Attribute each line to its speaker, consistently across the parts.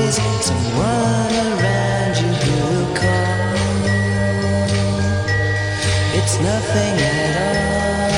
Speaker 1: always someone around you who'll call. It's nothing at all.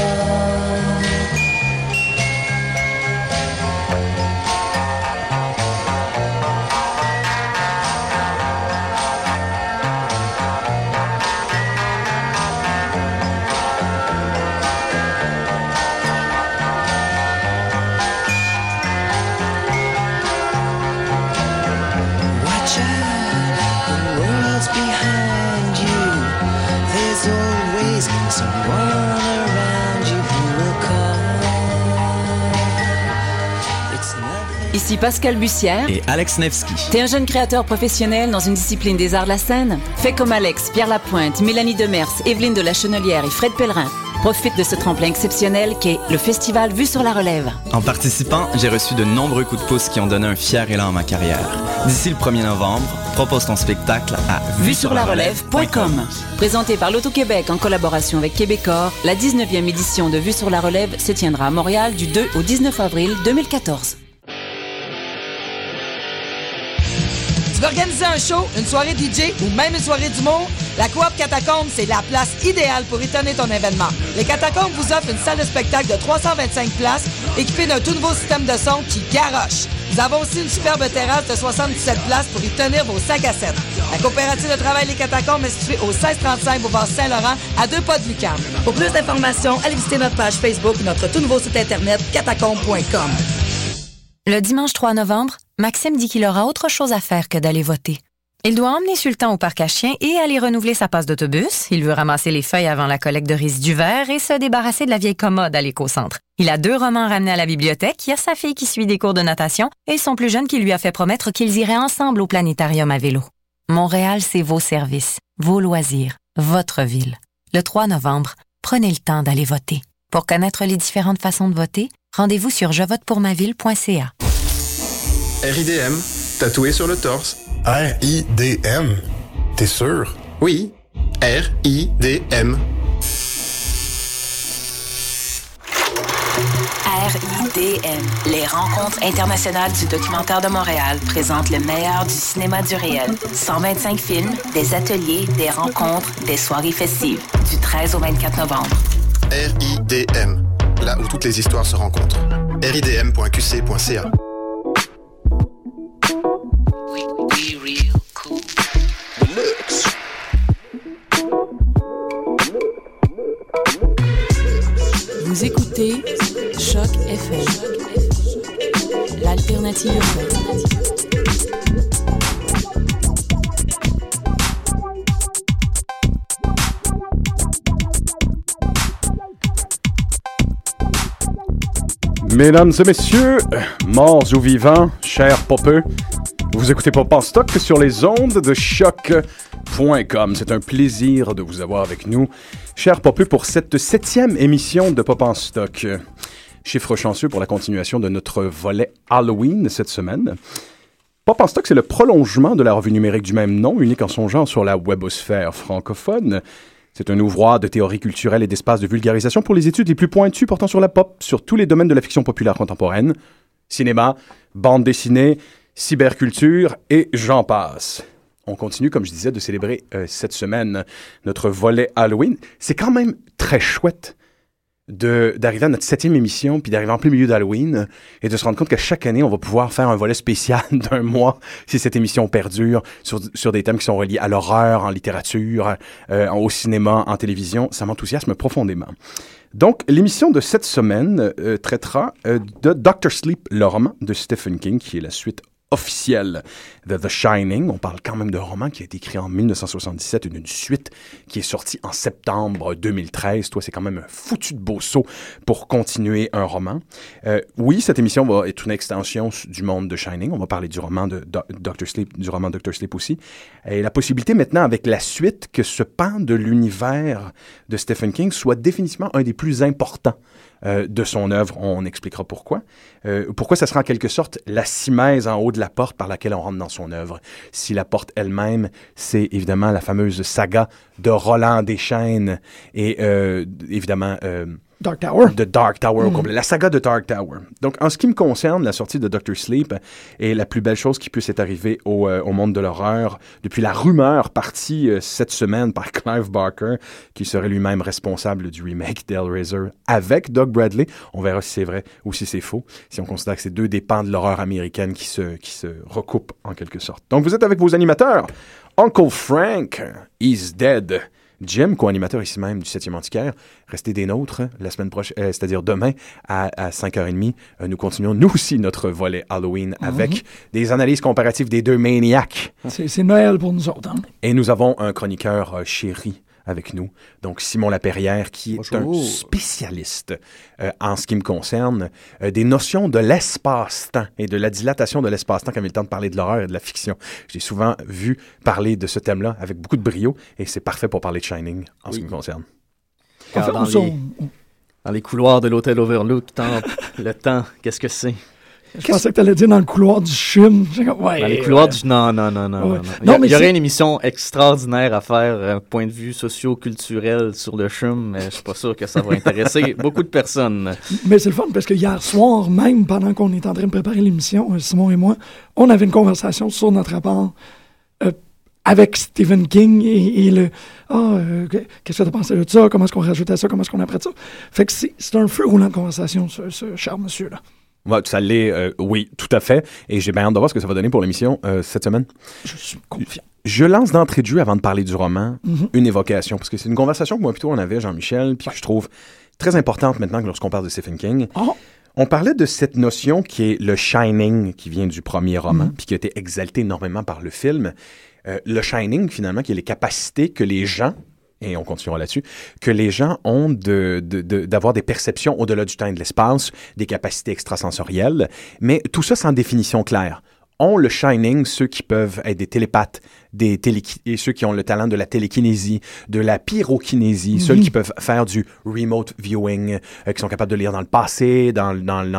Speaker 2: Ici Pascal Bussière
Speaker 3: et Alex Nevsky.
Speaker 2: T'es un jeune créateur professionnel dans une discipline des arts de la scène? Fais comme Alex, Pierre Lapointe, Mélanie Demers, Evelyne de la Chenelière et Fred Pellerin. Profite de ce tremplin exceptionnel qu'est le festival Vue sur la relève.
Speaker 3: En participant, j'ai reçu de nombreux coups de pouce qui ont donné un fier élan à ma carrière. D'ici le 1er novembre, propose ton spectacle à
Speaker 2: vuesurlarelève.com. Présenté par l'Auto-Québec en collaboration avec Québecor, la 19e édition de Vue sur la relève se tiendra à Montréal du 2 au 19 avril 2014.
Speaker 4: Tu veux organiser un show, une soirée DJ ou même une soirée d'humour? La Coop Catacombes, c'est la place idéale pour étonner ton événement. Les Catacombes vous offrent une salle de spectacle de 325 places équipée d'un tout nouveau système de son qui garoche. Nous avons aussi une superbe terrasse de 77 places pour y tenir vos 5 à 7. La coopérative de travail Les Catacombes est située au 1635 boulevard Saint-Laurent, à 2 pas de Lucam. Pour plus d'informations, allez visiter notre page Facebook ou notre tout nouveau site internet catacombes.com.
Speaker 5: Le dimanche 3 novembre, Maxime dit qu'il aura autre chose à faire que d'aller voter. Il doit emmener Sultan au parc à chiens et aller renouveler sa passe d'autobus. Il veut ramasser les feuilles avant la collecte de résidus verts et se débarrasser de la vieille commode à l'éco-centre. Il a 2 romans ramenés à la bibliothèque, il y a sa fille qui suit des cours de natation et son plus jeune qui lui a fait promettre qu'ils iraient ensemble au planétarium à vélo. Montréal, c'est vos services, vos loisirs, votre ville. Le 3 novembre, prenez le temps d'aller voter. Pour connaître les différentes façons de voter, rendez-vous sur jevotepourmaville.ca.
Speaker 6: RIDM, tatoué sur le torse.
Speaker 7: RIDM? T'es sûr?
Speaker 6: Oui, RIDM.
Speaker 8: RIDM, les Rencontres internationales du documentaire de Montréal, présentent le meilleur du cinéma du réel. 125 films, des ateliers, des rencontres, des soirées festives, du 13 au 24 novembre.
Speaker 6: RIDM, là où toutes les histoires se rencontrent. ridm.qc.ca.
Speaker 2: Vous écoutez Choc FM, l'alternative urbaine.
Speaker 9: Mesdames et messieurs, morts ou vivants, chers popeux, vous écoutez Pop en stock sur les ondes de choc.com. C'est un plaisir de vous avoir avec nous, chers popeux, pour cette 7e émission de Pop en stock. Chiffre chanceux pour la continuation de notre volet Halloween cette semaine. Pop en stock, c'est le prolongement de la revue numérique du même nom, unique en son genre sur la webosphère francophone. C'est un ouvroir de théorie culturelle et d'espace de vulgarisation pour les études les plus pointues portant sur la pop, sur tous les domaines de la fiction populaire contemporaine, cinéma, bande dessinée, cyberculture et j'en passe. On continue, comme je disais, de célébrer cette semaine notre volet Halloween. C'est quand même très chouette d'arriver à notre 7e émission, puis d'arriver en plein milieu d'Halloween, et de se rendre compte que chaque année, on va pouvoir faire un volet spécial d'1 mois, si cette émission perdure, sur des thèmes qui sont reliés à l'horreur, en littérature, au cinéma, en télévision. Ça m'enthousiasme profondément. Donc, l'émission de cette semaine traitera de Dr. Sleep, le roman de Stephen King, qui est la suite officielle de The Shining. On parle quand même d'un roman qui a été écrit en 1977, une suite qui est sortie en septembre 2013. Toi, c'est quand même un foutu de beau saut pour continuer un roman. Oui, cette émission va être une extension du monde de Shining. On va parler du roman de Dr. Sleep, du roman Dr. Sleep aussi. Et la possibilité maintenant, avec la suite, que ce pan de l'univers de Stephen King soit définitivement un des plus importants de son œuvre. On expliquera pourquoi. Pourquoi ça sera en quelque sorte la simèse en haut de la porte par laquelle on rentre dans son œuvre. Si la porte elle-même, c'est évidemment la fameuse saga de Roland Deschaines et évidemment
Speaker 10: Dark Tower.
Speaker 9: De Dark Tower au complet. La saga de Dark Tower. Donc, en ce qui me concerne, la sortie de Dr. Sleep est la plus belle chose qui puisse être arrivée au monde de l'horreur depuis la rumeur partie cette semaine par Clive Barker, qui serait lui-même responsable du remake d'Hellraiser avec Doug Bradley. On verra si c'est vrai ou si c'est faux, si on considère que c'est deux des pans de l'horreur américaine qui se recoupent en quelque sorte. Donc, vous êtes avec vos animateurs. Uncle Frank is dead. Jim, co-animateur ici même du 7e Antiquaire, restez des nôtres la semaine prochaine, c'est-à-dire demain à 5h30. Nous continuons, nous aussi, notre volet Halloween avec des analyses comparatives des deux Maniacs.
Speaker 10: C'est Noël pour nous autres. Hein?
Speaker 9: Et nous avons un chroniqueur chéri avec nous, donc Simon Laperrière, qui est un spécialiste en ce qui me concerne des notions de l'espace-temps et de la dilatation de l'espace-temps quand il est le temps de parler de l'horreur et de la fiction. J'ai souvent vu parler de ce thème-là avec beaucoup de brio et c'est parfait pour parler de Shining en ce qui me concerne.
Speaker 11: Dans les couloirs de l'hôtel Overlook, le temps, qu'est-ce que c'est?
Speaker 10: Je pensais que tu allais dire dans le couloir du CHUM.
Speaker 11: Dans les couloirs du... Non. Il y aurait une émission extraordinaire à faire, point de vue socio-culturel sur le CHUM, mais je suis pas sûr que ça va intéresser beaucoup de personnes.
Speaker 10: Mais c'est le fun, parce que hier soir, même pendant qu'on est en train de préparer l'émission, Simon et moi, on avait une conversation sur notre rapport avec Stephen King et le qu'est-ce que tu as pensé de ça? Comment est-ce qu'on rajoutait ça? Comment est-ce qu'on apprête ça? Fait que c'est un feu roulant de conversation, ce cher monsieur-là.
Speaker 9: Ouais, ça l'est, oui, tout à fait. Et j'ai bien hâte de voir ce que ça va donner pour l'émission cette semaine.
Speaker 10: Je suis confiant.
Speaker 9: Je lance d'entrée de jeu, avant de parler du roman, une évocation. Parce que c'est une conversation que moi plutôt on avait, Jean-Michel, puis que je trouve très importante maintenant que lorsqu'on parle de Stephen King. On parlait de cette notion qui est le Shining, qui vient du premier roman, puis qui a été exalté énormément par le film. Le Shining, finalement, qui est les capacités que les gens... et on continuera là-dessus, que les gens ont d'avoir des perceptions au-delà du temps et de l'espace, des capacités extrasensorielles, mais tout ça sans définition claire. Ont le Shining ceux qui peuvent être des télépathes, et ceux qui ont le talent de la télékinésie, de la pyrokinésie, ceux qui peuvent faire du remote viewing, qui sont capables de lire dans le passé, dans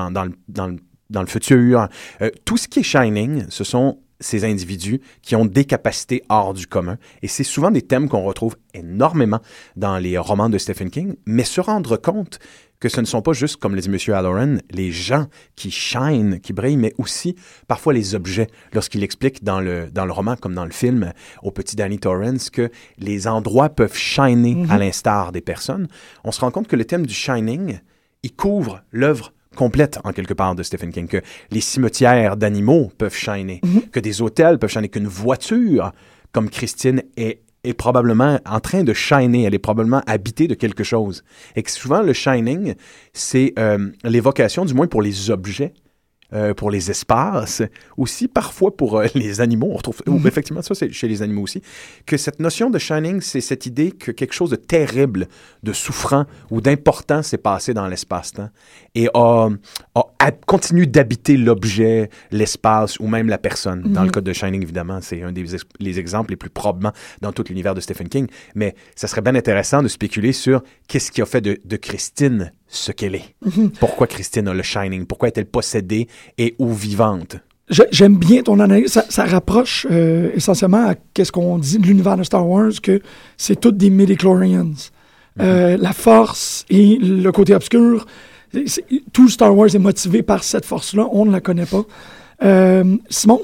Speaker 9: le futur. Tout ce qui est Shining, ce sont ces individus qui ont des capacités hors du commun. Et c'est souvent des thèmes qu'on retrouve énormément dans les romans de Stephen King, mais se rendre compte que ce ne sont pas juste, comme le dit M. Halloran, les gens qui shine, qui brillent, mais aussi parfois les objets. Lorsqu'il explique dans le roman, comme dans le film, au petit Danny Torrance, que les endroits peuvent shiner à l'instar des personnes, on se rend compte que le thème du shining, il couvre l'œuvre complète, en quelque part, de Stephen King, que les cimetières d'animaux peuvent shiner, que des hôtels peuvent shiner, qu'une voiture, comme Christine, est probablement en train de shiner, elle est probablement habitée de quelque chose. Et que souvent, le shining, c'est l'évocation, du moins pour les objets, pour les espaces, aussi parfois pour les animaux. On retrouve effectivement ça, c'est chez les animaux aussi, que cette notion de shining, c'est cette idée que quelque chose de terrible, de souffrant ou d'important s'est passé dans l'espace-temps et continue d'habiter l'objet, l'espace ou même la personne. Dans le cas de Shining, évidemment, c'est un des exemples les plus probants dans tout l'univers de Stephen King. Mais ça serait bien intéressant de spéculer sur qu'est-ce qui a fait de Christine ce qu'elle est. Pourquoi Christine a le Shining? Pourquoi est-elle possédée et ou vivante?
Speaker 10: J'aime bien ton analyse. Ça rapproche essentiellement à ce qu'on dit de l'univers de Star Wars, que c'est toutes des midi-chlorians. La force et le côté obscur, tout Star Wars est motivé par cette force-là. On ne la connaît pas. Simon,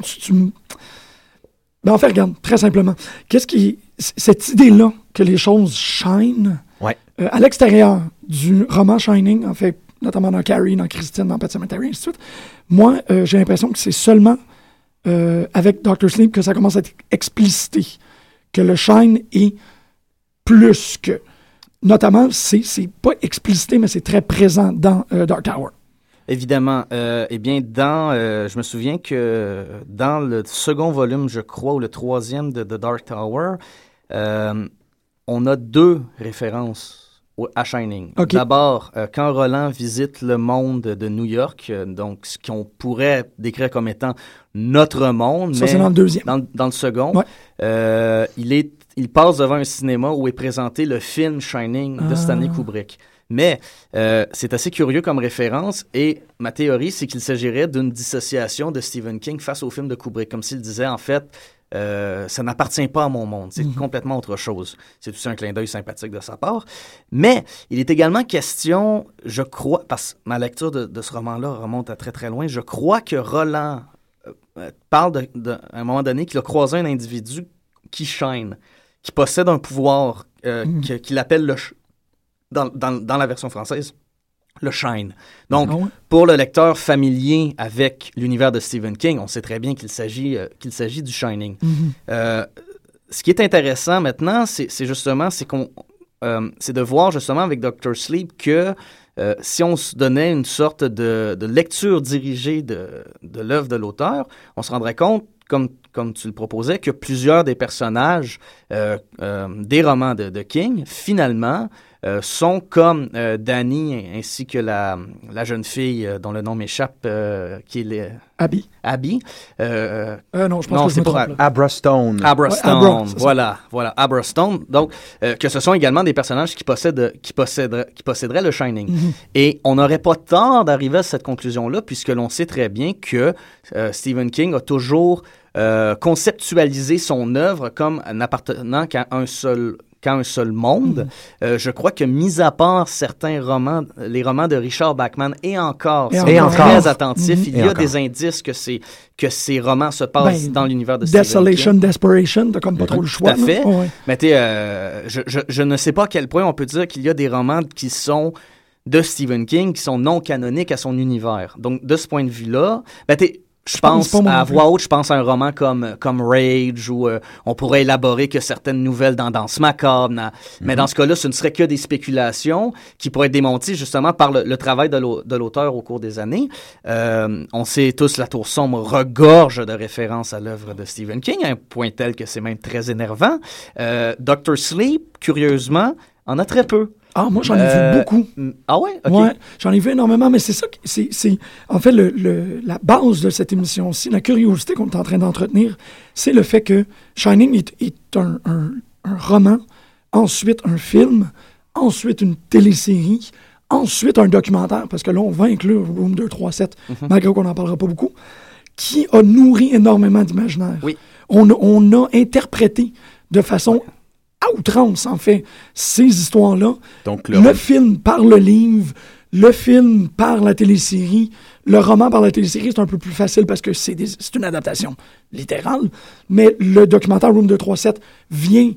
Speaker 10: Ben, en fait, regarde, très simplement. Cette idée-là que les choses shine à l'extérieur du roman Shining, en fait, notamment dans Carrie, dans Christine, dans Pet Sematary, ainsi de suite, moi, j'ai l'impression que c'est seulement avec Dr. Sleep que ça commence à être explicité, que le shine est plus que... Notamment, c'est pas explicité, mais c'est très présent dans Dark Tower.
Speaker 11: Évidemment. Eh bien, je me souviens que dans le second volume, je crois, ou le troisième de Dark Tower, on a 2 références à Shining. Okay. D'abord, quand Roland visite le monde de New York, donc ce qu'on pourrait décrire comme étant notre monde,
Speaker 10: ça, mais c'est dans le deuxième.
Speaker 11: Dans le second, il passe devant un cinéma où est présenté le film Shining de Stanley Kubrick. Mais c'est assez curieux comme référence et ma théorie, c'est qu'il s'agirait d'une dissociation de Stephen King face au film de Kubrick. Comme s'il disait, en fait, ça n'appartient pas à mon monde. C'est complètement autre chose. C'est aussi un clin d'œil sympathique de sa part. Mais il est également question, je crois, parce que ma lecture de ce roman-là remonte à très, très loin, je crois que Roland parle à un moment donné qu'il a croisé un individu qui shine, qui possède un pouvoir qu'il appelle dans la version française, le shine. Donc, pour le lecteur familier avec l'univers de Stephen King, on sait très bien qu'il s'agit du Shining. Ce qui est intéressant maintenant, c'est de voir justement avec Dr. Sleep que si on se donnait une sorte de lecture dirigée de l'œuvre de l'auteur, on se rendrait compte, comme tu le proposais, que plusieurs des personnages des romans de King, finalement, sont comme Danny ainsi que la jeune fille dont le nom m'échappe, qui est
Speaker 10: Abby.
Speaker 11: Abby.
Speaker 10: Non, je pense que je me trompe.
Speaker 9: Abra Stone.
Speaker 11: Abra Stone, voilà, Abra Stone. Donc, que ce sont également des personnages qui posséderaient le Shining. Et on n'aurait pas tort d'arriver à cette conclusion-là, puisque l'on sait très bien que Stephen King a toujours conceptualisé son œuvre comme n'appartenant qu'à un seul monde. Je crois que, mis à part certains romans, les romans de Richard Bachman, et encore très attentif, il y a des indices que ces romans se passent dans l'univers de Stephen King.
Speaker 10: Desolation, Desperation, t'as comme pas trop le choix.
Speaker 11: Tout à fait. Mais je ne sais pas à quel point on peut dire qu'il y a des romans qui sont de Stephen King, qui sont non canoniques à son univers. Donc, de ce point de vue-là, je pense à voix haute, je pense à un roman comme Rage, où on pourrait élaborer que certaines nouvelles dans Danse macabre. Mais dans ce cas-là, ce ne serait que des spéculations qui pourraient être démontrées justement par le travail de l'auteur au cours des années. On sait tous, La Tour sombre regorge de références à l'œuvre de Stephen King, à un point tel que c'est même très énervant. Dr. Sleep, curieusement, en a très peu.
Speaker 10: Ah, moi, j'en ai vu beaucoup.
Speaker 11: Ah ouais? OK.
Speaker 10: Ouais, j'en ai vu énormément, mais c'est ça, c'est en fait la base de cette émission-ci, la curiosité qu'on est en train d'entretenir, c'est le fait que Shining est un roman, ensuite un film, ensuite une télésérie, ensuite un documentaire, parce que là, on va inclure Room 237, malgré qu'on n'en parlera pas beaucoup, qui a nourri énormément d'imaginaire.
Speaker 11: Oui.
Speaker 10: On a interprété de façon à outrance, en fait, ces histoires-là. Donc, le film par le livre, le film par la télésérie, le roman par la télésérie, c'est un peu plus facile parce que c'est une adaptation littérale, mais le documentaire Room 237 vient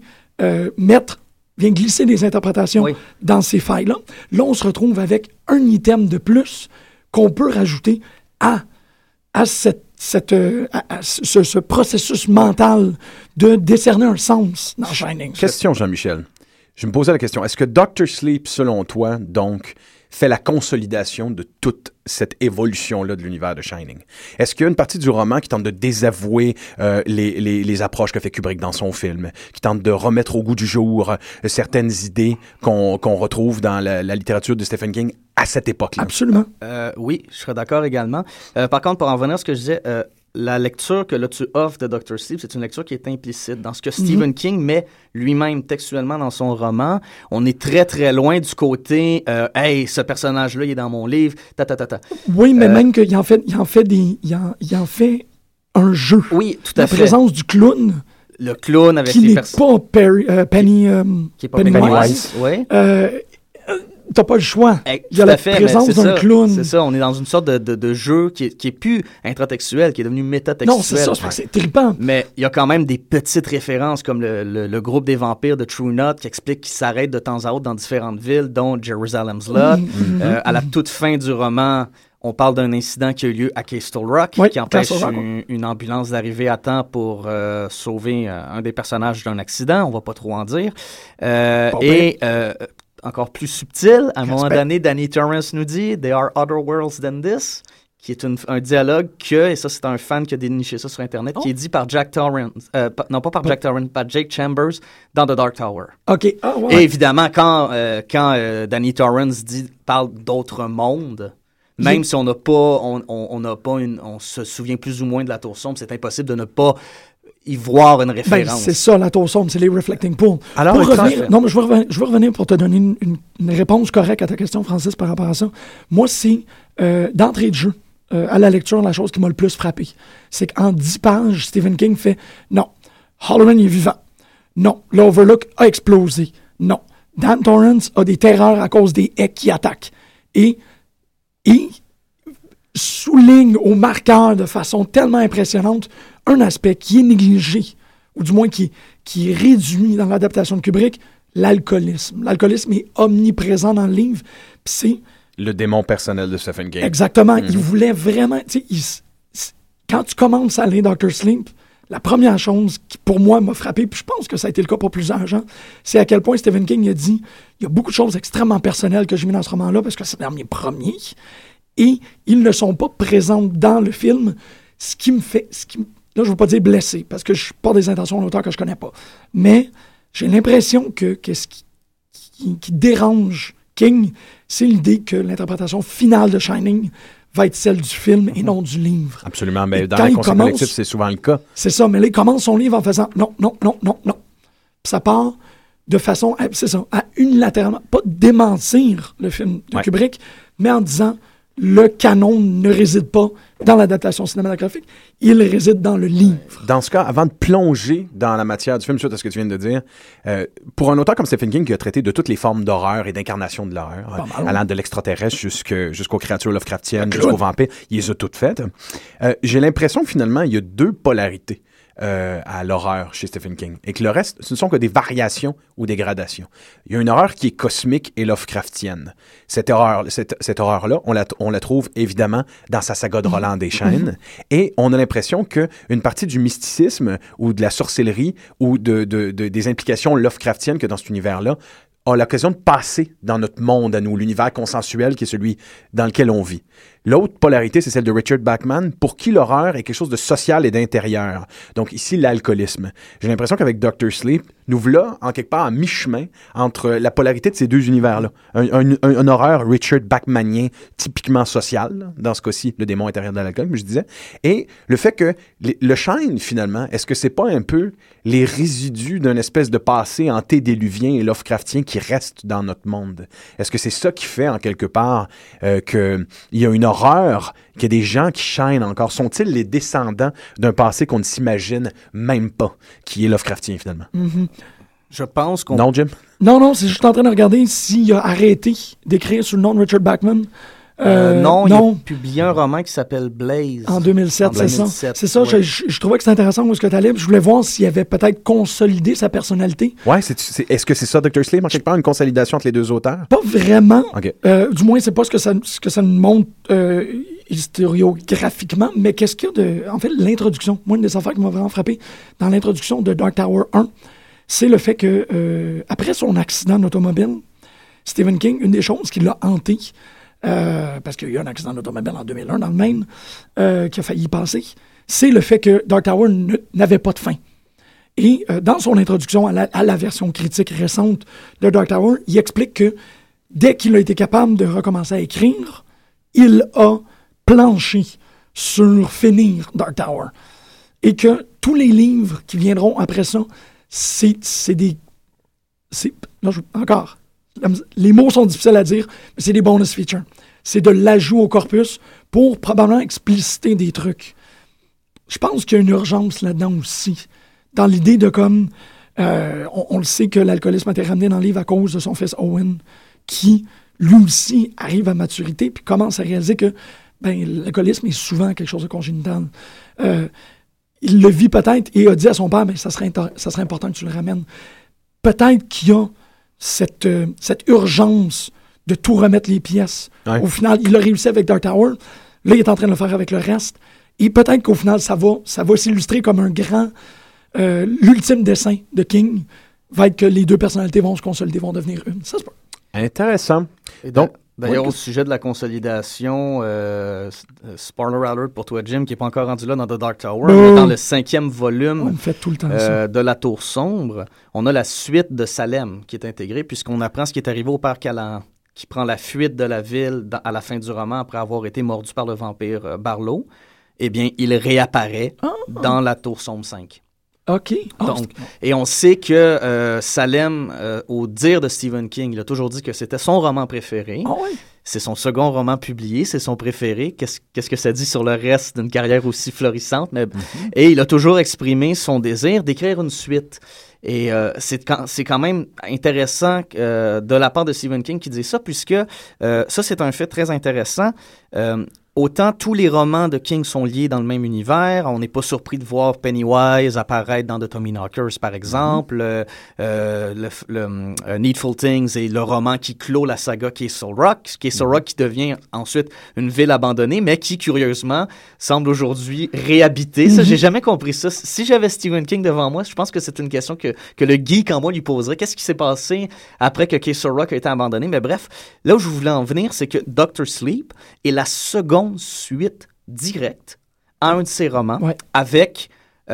Speaker 10: glisser des interprétations dans ces failles-là. Là, on se retrouve avec un item de plus qu'on peut rajouter à ce processus mental de décerner un sens dans Shining.
Speaker 9: Question, Jean-Michel. Je me posais la question. Est-ce que Dr. Sleep, selon toi, donc, fait la consolidation de toute cette évolution-là de l'univers de Shining? Est-ce qu'il y a une partie du roman qui tente de désavouer les approches que fait Kubrick dans son film, qui tente de remettre au goût du jour certaines idées qu'on retrouve dans la littérature de Stephen King à cette époque-là?
Speaker 10: Absolument.
Speaker 11: Oui, je serais d'accord également. Par contre, pour en revenir à ce que je disais, la lecture que là tu offres de Dr. Sleep, c'est une lecture qui est implicite dans ce que Stephen King met lui-même textuellement dans son roman. On est très, très loin du côté « Hey, ce personnage-là, il est dans mon livre,
Speaker 10: Oui, mais même qu'il en fait un jeu.
Speaker 11: Oui, tout à fait.
Speaker 10: La présence du clown.
Speaker 11: Le clown avec
Speaker 10: qui
Speaker 11: les
Speaker 10: personnes. Qui n'est pas Pennywise.
Speaker 11: Oui.
Speaker 10: T'as pas le choix.
Speaker 11: Il y a la présence
Speaker 10: d'un clown.
Speaker 11: C'est ça, on est dans une sorte de jeu qui est plus intratextuel, qui est devenu métatextuel.
Speaker 10: Non, c'est ça, c'est trippant.
Speaker 11: Mais il y a quand même des petites références, comme le groupe des vampires de True Knot, qui explique qu'ils s'arrêtent de temps à autre dans différentes villes, dont Jerusalem's Lot. À la toute fin du roman, on parle d'un incident qui a eu lieu à Castle Rock, qui empêche une ambulance d'arriver à temps pour sauver un des personnages d'un accident. On va pas trop en dire. Encore plus subtil, à un moment donné, Danny Torrance nous dit « There are other worlds than this », qui est un dialogue et ça c'est un fan qui a déniché ça sur Internet, qui est dit par Jack Torrance, par Jake Chambers dans The Dark Tower.
Speaker 10: OK.
Speaker 11: Et évidemment, quand Danny Torrance parle d'autres mondes, même si on se souvient plus ou moins de la Tour sombre, c'est impossible de ne pas y voir une référence.
Speaker 10: C'est ça, la Tour sombre, c'est les Reflecting Pools.
Speaker 9: Alors,
Speaker 10: je veux revenir pour te donner une réponse correcte à ta question, Francis, par rapport à ça. Moi, c'est d'entrée de jeu, à la lecture, la chose qui m'a le plus frappé. C'est qu'en 10 pages, Stephen King fait « Non, Halloran est vivant. Non. L'Overlook a explosé. Non. Dan Torrance a des terreurs à cause des haies qui attaquent. Et souligne au marqueur de façon tellement impressionnante un aspect qui est négligé, ou du moins qui est réduit dans l'adaptation de Kubrick, l'alcoolisme. L'alcoolisme est omniprésent dans le livre. Puis c'est
Speaker 9: le démon personnel de Stephen King.
Speaker 10: Exactement. Il voulait vraiment... Quand tu commences à lire Dr. Sleep, la première chose qui, pour moi, m'a frappé, puis je pense que ça a été le cas pour plusieurs gens, c'est à quel point Stephen King a dit il y a beaucoup de choses extrêmement personnelles que j'ai mis dans ce roman-là parce que c'est dans mes premiers, et ils ne sont pas présents dans le film, ce qui me fait... Là, je ne veux pas dire blessé, parce que je ne porte des intentions de l'auteur que je ne connais pas. Mais j'ai l'impression que ce qui dérange King, c'est l'idée que l'interprétation finale de Shining va être celle du film et non du livre.
Speaker 9: Absolument, mais dans l'inconscient collectif, c'est souvent le cas.
Speaker 10: C'est ça, mais là, il commence son livre en faisant non. Puis ça part de façon, c'est ça, à unilatéralement, pas démentir le film de Kubrick, mais en disant le canon ne réside pas dans l'adaptation cinématographique, il réside dans le livre. Dans
Speaker 9: ce cas, avant de plonger dans la matière du film, suite à ce que tu viens de dire, pour un auteur comme Stephen King qui a traité de toutes les formes d'horreur et d'incarnation de l'horreur, allant de l'extraterrestre jusqu'aux créatures Lovecraftiennes, jusqu'aux vampires, il les a toutes faites. J'ai l'impression que finalement, il y a deux polarités à l'horreur chez Stephen King. Et que le reste, ce ne sont que des variations ou des gradations. Il y a une horreur qui est cosmique et Lovecraftienne. Cette horreur-là, on la trouve évidemment dans sa saga de Roland Deschaines. Et on a l'impression qu'une partie du mysticisme ou de la sorcellerie ou des implications Lovecraftiennes que dans cet univers-là a l'occasion de passer dans notre monde à nous, l'univers consensuel qui est celui dans lequel on vit. L'autre polarité, c'est celle de Richard Bachman, pour qui l'horreur est quelque chose de social et d'intérieur. Donc ici, l'alcoolisme. J'ai l'impression qu'avec Dr. Sleep, nous voilà, en quelque part, à mi-chemin entre la polarité de ces deux univers-là. Un horreur Richard Bachmanien, typiquement social, dans ce cas-ci, le démon intérieur de l'alcool, comme je disais, et le fait que le Shine, finalement, est-ce que c'est pas un peu les résidus d'une espèce de passé antédéluvien et Lovecraftien qui reste dans notre monde? Est-ce que c'est ça qui fait, en quelque part, qu'il y a une horreur, qu'il y a des gens qui chaînent encore? Sont-ils les descendants d'un passé qu'on ne s'imagine même pas, qui est Lovecraftien, finalement?
Speaker 10: Mm-hmm.
Speaker 11: Je pense qu'on...
Speaker 9: Non, Jim?
Speaker 10: Non, c'est juste en train de regarder s'il a arrêté d'écrire sous le nom de Richard Bachman.
Speaker 11: Non, il a publié un roman qui s'appelle Blaze.
Speaker 10: En 2007, c'est ça. C'est ça, ouais. je trouvais que c'était intéressant où est-ce que tu allais. Je voulais voir s'il avait peut-être consolidé sa personnalité.
Speaker 9: Ouais, est-ce que c'est ça, Dr. Sleep, en quelque part, une consolidation entre les deux auteurs?
Speaker 10: Pas vraiment.
Speaker 9: Okay.
Speaker 10: Du moins, c'est pas ce que ça nous montre historiographiquement, mais qu'est-ce qu'il y a de... En fait, l'introduction. Moi, une des affaires qui m'a vraiment frappé dans l'introduction de Dark Tower 1, c'est le fait que, après son accident d'automobile, Stephen King, une des choses qui l'a hanté, parce qu'il y a eu un accident d'automobile en 2001 dans le Maine qui a failli y passer, c'est le fait que Dark Tower n'avait pas de fin. Et dans son introduction à la version critique récente de Dark Tower, il explique que dès qu'il a été capable de recommencer à écrire, il a planché sur finir Dark Tower. Et que tous les livres qui viendront après ça, c'est des... Encore... Les mots sont difficiles à dire, mais c'est des bonus features. C'est de l'ajout au corpus pour probablement expliciter des trucs. Je pense qu'il y a une urgence là-dedans aussi. Dans l'idée de comme... on le sait que l'alcoolisme a été ramené dans le livre à cause de son fils Owen, qui, lui aussi, arrive à maturité puis commence à réaliser que l'alcoolisme est souvent quelque chose de congénital. Il le vit peut-être et a dit à son père, ça serait important que tu le ramènes. Peut-être qu'il y a cette urgence de tout remettre les pièces. Ouais. Au final, il a réussi avec Dark Tower. Là, il est en train de le faire avec le reste. Et peut-être qu'au final, ça va s'illustrer comme un grand... l'ultime dessin de King va être que les deux personnalités vont se consolider, vont devenir une. Ça, c'est pas...
Speaker 9: Intéressant.
Speaker 11: Et donc, d'ailleurs, au sujet de la consolidation, spoiler alert pour toi, Jim, qui n'est pas encore rendu là dans The Dark Tower, mais dans le 5e volume
Speaker 10: on fait tout le temps
Speaker 11: de La Tour Sombre, on a la suite de Salem qui est intégrée, puisqu'on apprend ce qui est arrivé au père Callahan, qui prend la fuite de la ville à la fin du roman après avoir été mordu par le vampire Barlow. Eh bien, il réapparaît dans La Tour Sombre 5.
Speaker 10: OK.
Speaker 11: Donc, et on sait que Salem, au dire de Stephen King, il a toujours dit que c'était son roman préféré.
Speaker 10: Ah oui?
Speaker 11: C'est son second roman publié, c'est son préféré. Qu'est-ce que ça dit sur le reste d'une carrière aussi florissante? Et il a toujours exprimé son désir d'écrire une suite. Et c'est quand même intéressant de la part de Stephen King qui dit ça, puisque ça, c'est un fait très intéressant. Autant tous les romans de King sont liés dans le même univers, on n'est pas surpris de voir Pennywise apparaître dans The Tommyknockers, par exemple, Needful Things et le roman qui clôt la saga Castle Rock qui devient ensuite une ville abandonnée, mais qui, curieusement, semble aujourd'hui réhabitée. Ça, j'ai jamais compris ça. Si j'avais Stephen King devant moi, je pense que c'est une question que le geek en moi lui poserait. Qu'est-ce qui s'est passé après que Castle Rock a été abandonné? Mais bref, là où je voulais en venir, c'est que Dr. Sleep est la seconde suite directe à un de ses romans avec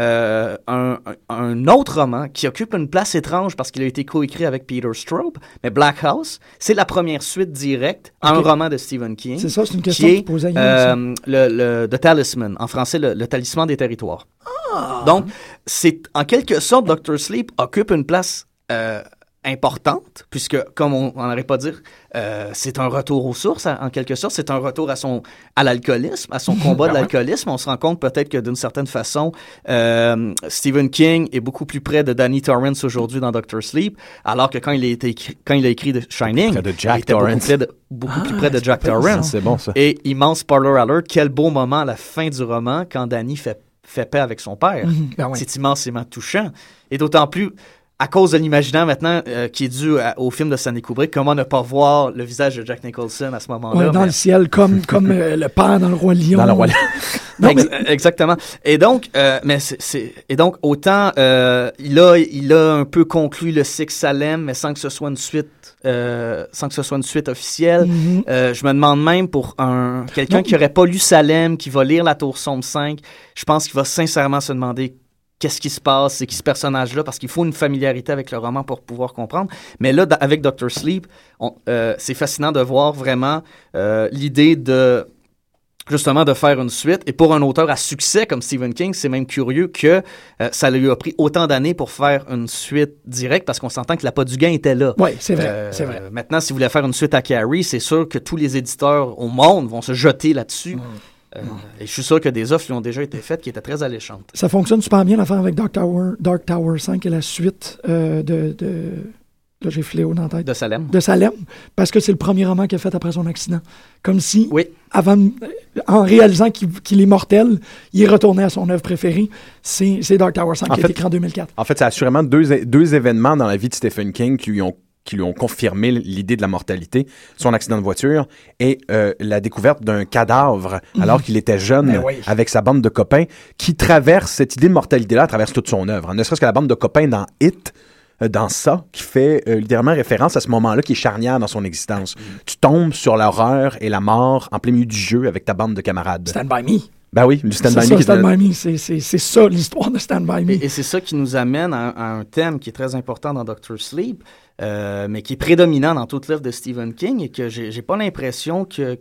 Speaker 11: un autre roman qui occupe une place étrange parce qu'il a été coécrit avec Peter Straub, mais Black House, c'est la première suite directe à un roman de Stephen King.
Speaker 10: C'est ça, c'est une question qui posait
Speaker 11: The Talisman, en français, le talisman des territoires. Donc, c'est en quelque sorte, Dr. Sleep occupe une place importante, puisque, comme on n'arrête pas de dire, c'est un retour aux sources, en quelque sorte. C'est un retour à l'alcoolisme, à son combat de l'alcoolisme. On se rend compte peut-être que, d'une certaine façon, Stephen King est beaucoup plus près de Danny Torrance aujourd'hui dans Dr. Sleep, alors que quand il a écrit The Shining, il était beaucoup plus près de Jack Torrance.
Speaker 9: C'est bon, ça.
Speaker 11: Et immense spoiler alert, quel beau moment à la fin du roman quand Danny fait paix avec son père. C'est immensément touchant. Et d'autant plus à cause de l'imaginaire maintenant qui est dû au film de Stanley Kubrick, comment ne pas voir le visage de Jack Nicholson à ce moment-là?
Speaker 10: Dans le ciel, comme le père dans Le Roi Lion.
Speaker 9: Dans Le Roi Lion.
Speaker 11: Non, exactement. Et donc, autant il a un peu conclu le Six Salem, mais sans que ce soit une suite officielle. Je me demande même pour quelqu'un qui n'aurait pas lu Salem, qui va lire La Tour Sombre 5, je pense qu'il va sincèrement se demander qu'est-ce qui se passe, c'est qui ce personnage-là, parce qu'il faut une familiarité avec le roman pour pouvoir comprendre. Mais là, avec Dr. Sleep, c'est fascinant de voir vraiment l'idée de faire une suite. Et pour un auteur à succès comme Stephen King, c'est même curieux que ça lui a pris autant d'années pour faire une suite directe, parce qu'on s'entend que l'appât du gain était là.
Speaker 10: Oui, c'est vrai, c'est vrai.
Speaker 11: Maintenant, si vous voulez faire une suite à Carrie, c'est sûr que tous les éditeurs au monde vont se jeter là-dessus. Et je suis sûr que des offres lui ont déjà été faites qui étaient très alléchantes.
Speaker 10: Ça fonctionne super bien l'affaire avec Dark Tower 5 et la suite de là j'ai Fléau dans la tête.
Speaker 11: De Salem.
Speaker 10: De Salem, parce que c'est le premier roman qu'il a fait après son accident. Comme si, en réalisant qu'il est mortel, il est retourné à son œuvre préférée. C'est Dark Tower 5 qui a été écrit en 2004.
Speaker 9: En fait, c'est assurément deux événements dans la vie de Stephen King qui lui ont confirmé l'idée de la mortalité, son accident de voiture et la découverte d'un cadavre alors qu'il était jeune avec sa bande de copains qui traverse cette idée de mortalité-là à travers toute son œuvre. Ne serait-ce que la bande de copains dans It, dans ça, qui fait littéralement référence à ce moment-là qui est charnière dans son existence. Tu tombes sur l'horreur et la mort en plein milieu du jeu avec ta bande de camarades.
Speaker 10: Stand By Me.
Speaker 9: Ben oui, le Stand By
Speaker 10: Me. C'est ça l'histoire de Stand By Me.
Speaker 11: Et c'est ça qui nous amène à un thème qui est très important dans Dr. Sleep, mais qui est prédominant dans toute l'œuvre de Stephen King, et que j'ai pas l'impression que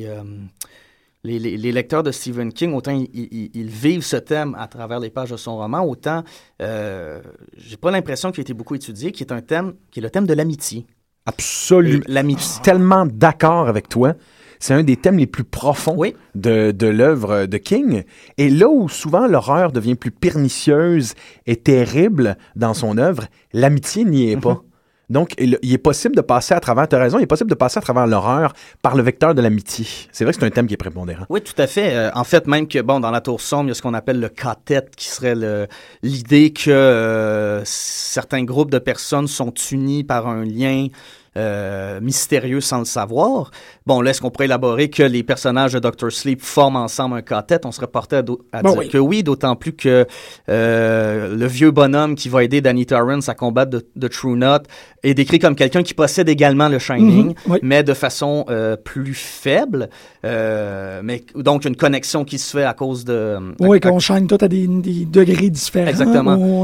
Speaker 11: les lecteurs de Stephen King, autant ils vivent ce thème à travers les pages de son roman, autant j'ai pas l'impression qu'il a été beaucoup étudié, qui est le thème de l'amitié.
Speaker 9: Absolument.
Speaker 11: L'amitié.
Speaker 9: Je suis tellement d'accord avec toi. C'est un des thèmes les plus profonds de l'œuvre de King. Et là où souvent l'horreur devient plus pernicieuse et terrible dans son œuvre, l'amitié n'y est pas. Donc, il est possible de passer à travers, tu as raison, il est possible de passer à travers l'horreur par le vecteur de l'amitié. C'est vrai que c'est un thème qui est prépondérant.
Speaker 11: Oui, tout à fait. En fait, même que, dans La Tour Sombre, il y a ce qu'on appelle le quartet, qui serait l'idée que certains groupes de personnes sont unis par un lien mystérieux sans le savoir. Là, est-ce qu'on pourrait élaborer que les personnages de Dr. Sleep forment ensemble un quartet? On serait porté à dire que oui, d'autant plus que le vieux bonhomme qui va aider Danny Torrance à combattre de True Knot est décrit comme quelqu'un qui possède également le Shining, mais de façon plus faible. Mais donc, une connexion qui se fait à cause de...
Speaker 10: Oui, qu'on shine tout à des degrés différents.
Speaker 11: Exactement.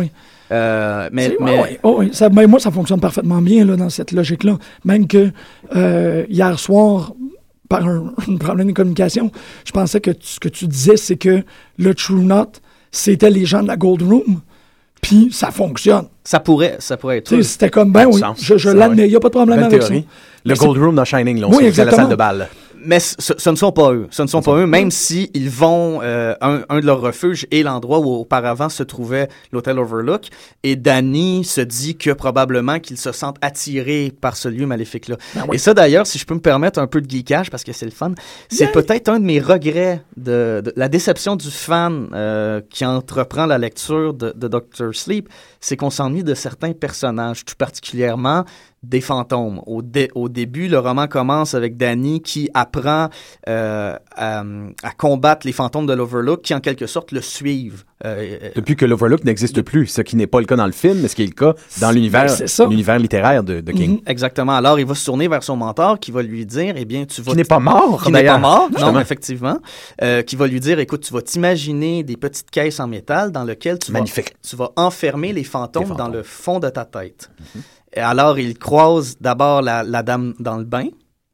Speaker 10: Moi, ça fonctionne parfaitement bien là, dans cette logique-là. Même que hier soir, par un problème de communication, je pensais que ce que tu disais, c'est que le True Knot, c'était les gens de la Gold Room. puis ça fonctionne.
Speaker 11: Ça pourrait être.
Speaker 10: Tu sais, c'était comme, ben oui, je l'admets, il n'y a pas de problème avec ça.
Speaker 9: Le Gold Room dans Shining, là, on
Speaker 10: oui,
Speaker 9: sait la salle de bal.
Speaker 11: Mais ce ne sont pas eux. Ce ne sont pas eux, même si ils vont, un de leurs refuges est l'endroit où auparavant se trouvait l'hôtel Overlook. Et Danny se dit que probablement qu'ils se sentent attirés par ce lieu maléfique-là. Ben oui. Et ça, d'ailleurs, si je peux me permettre un peu de geekage, parce que c'est le fun, c'est peut-être un de mes regrets de la déception du fan qui entreprend la lecture de Dr. Sleep, c'est qu'on s'ennuie de certains personnages, tout particulièrement des fantômes. Au début, le roman commence avec Danny qui apprend à combattre les fantômes de l'Overlook qui, en quelque sorte, le suivent.
Speaker 9: Depuis que l'Overlook n'existe plus, ce qui n'est pas le cas dans le film, mais ce qui est le cas dans l'univers littéraire de King.
Speaker 11: Exactement. Alors, il va se tourner vers son mentor qui va lui dire, eh bien, tu vas...
Speaker 9: Qui n'est pas mort,
Speaker 11: Qui n'est pas mort, non, effectivement. Qui va lui dire, écoute, tu vas t'imaginer des petites caisses en métal dans lesquelles tu vas enfermer les fantômes dans le fond de ta tête. Et alors, il croise d'abord la dame dans le bain,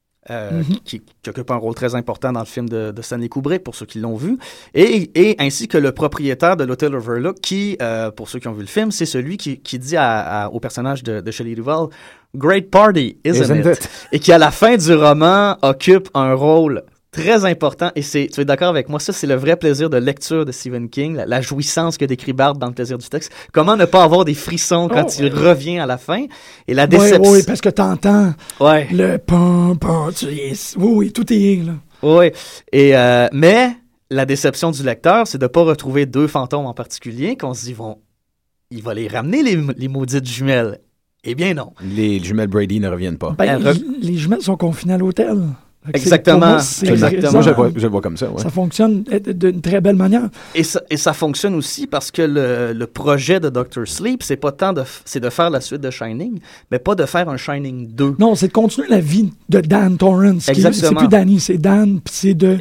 Speaker 11: qui occupe un rôle très important dans le film de Stanley Kubrick, pour ceux qui l'ont vu, et ainsi que le propriétaire de l'hôtel Overlook, qui, pour ceux qui ont vu le film, c'est celui qui dit au personnage de Shelley Duvall, « Great party, isn't it? » Et qui, à la fin du roman, occupe un rôle très important, et tu es d'accord avec moi, ça c'est le vrai plaisir de lecture de Stephen King, la jouissance que décrit Bart dans le plaisir du texte. Comment ne pas avoir des frissons quand il revient à la fin, et la déception...
Speaker 10: Oui, parce que t'entends le pam, oui, tout est là.
Speaker 11: Oui, et mais la déception du lecteur, c'est de ne pas retrouver deux fantômes en particulier, qu'on se dit, il va les ramener, les maudites jumelles. Eh bien non.
Speaker 9: Les jumelles Brady ne reviennent pas.
Speaker 10: Les jumelles sont confinées à l'hôtel.
Speaker 11: Exactement.
Speaker 10: Moi,
Speaker 9: je le vois comme ça. Ouais.
Speaker 10: Ça fonctionne d'une très belle manière.
Speaker 11: Et ça fonctionne aussi parce que le projet de Dr. Sleep, c'est pas tant c'est de faire la suite de Shining, mais pas de faire un Shining 2.
Speaker 10: Non, c'est de continuer la vie de Dan Torrance.
Speaker 11: Exactement.
Speaker 10: C'est plus Danny, c'est Dan, puis c'est de...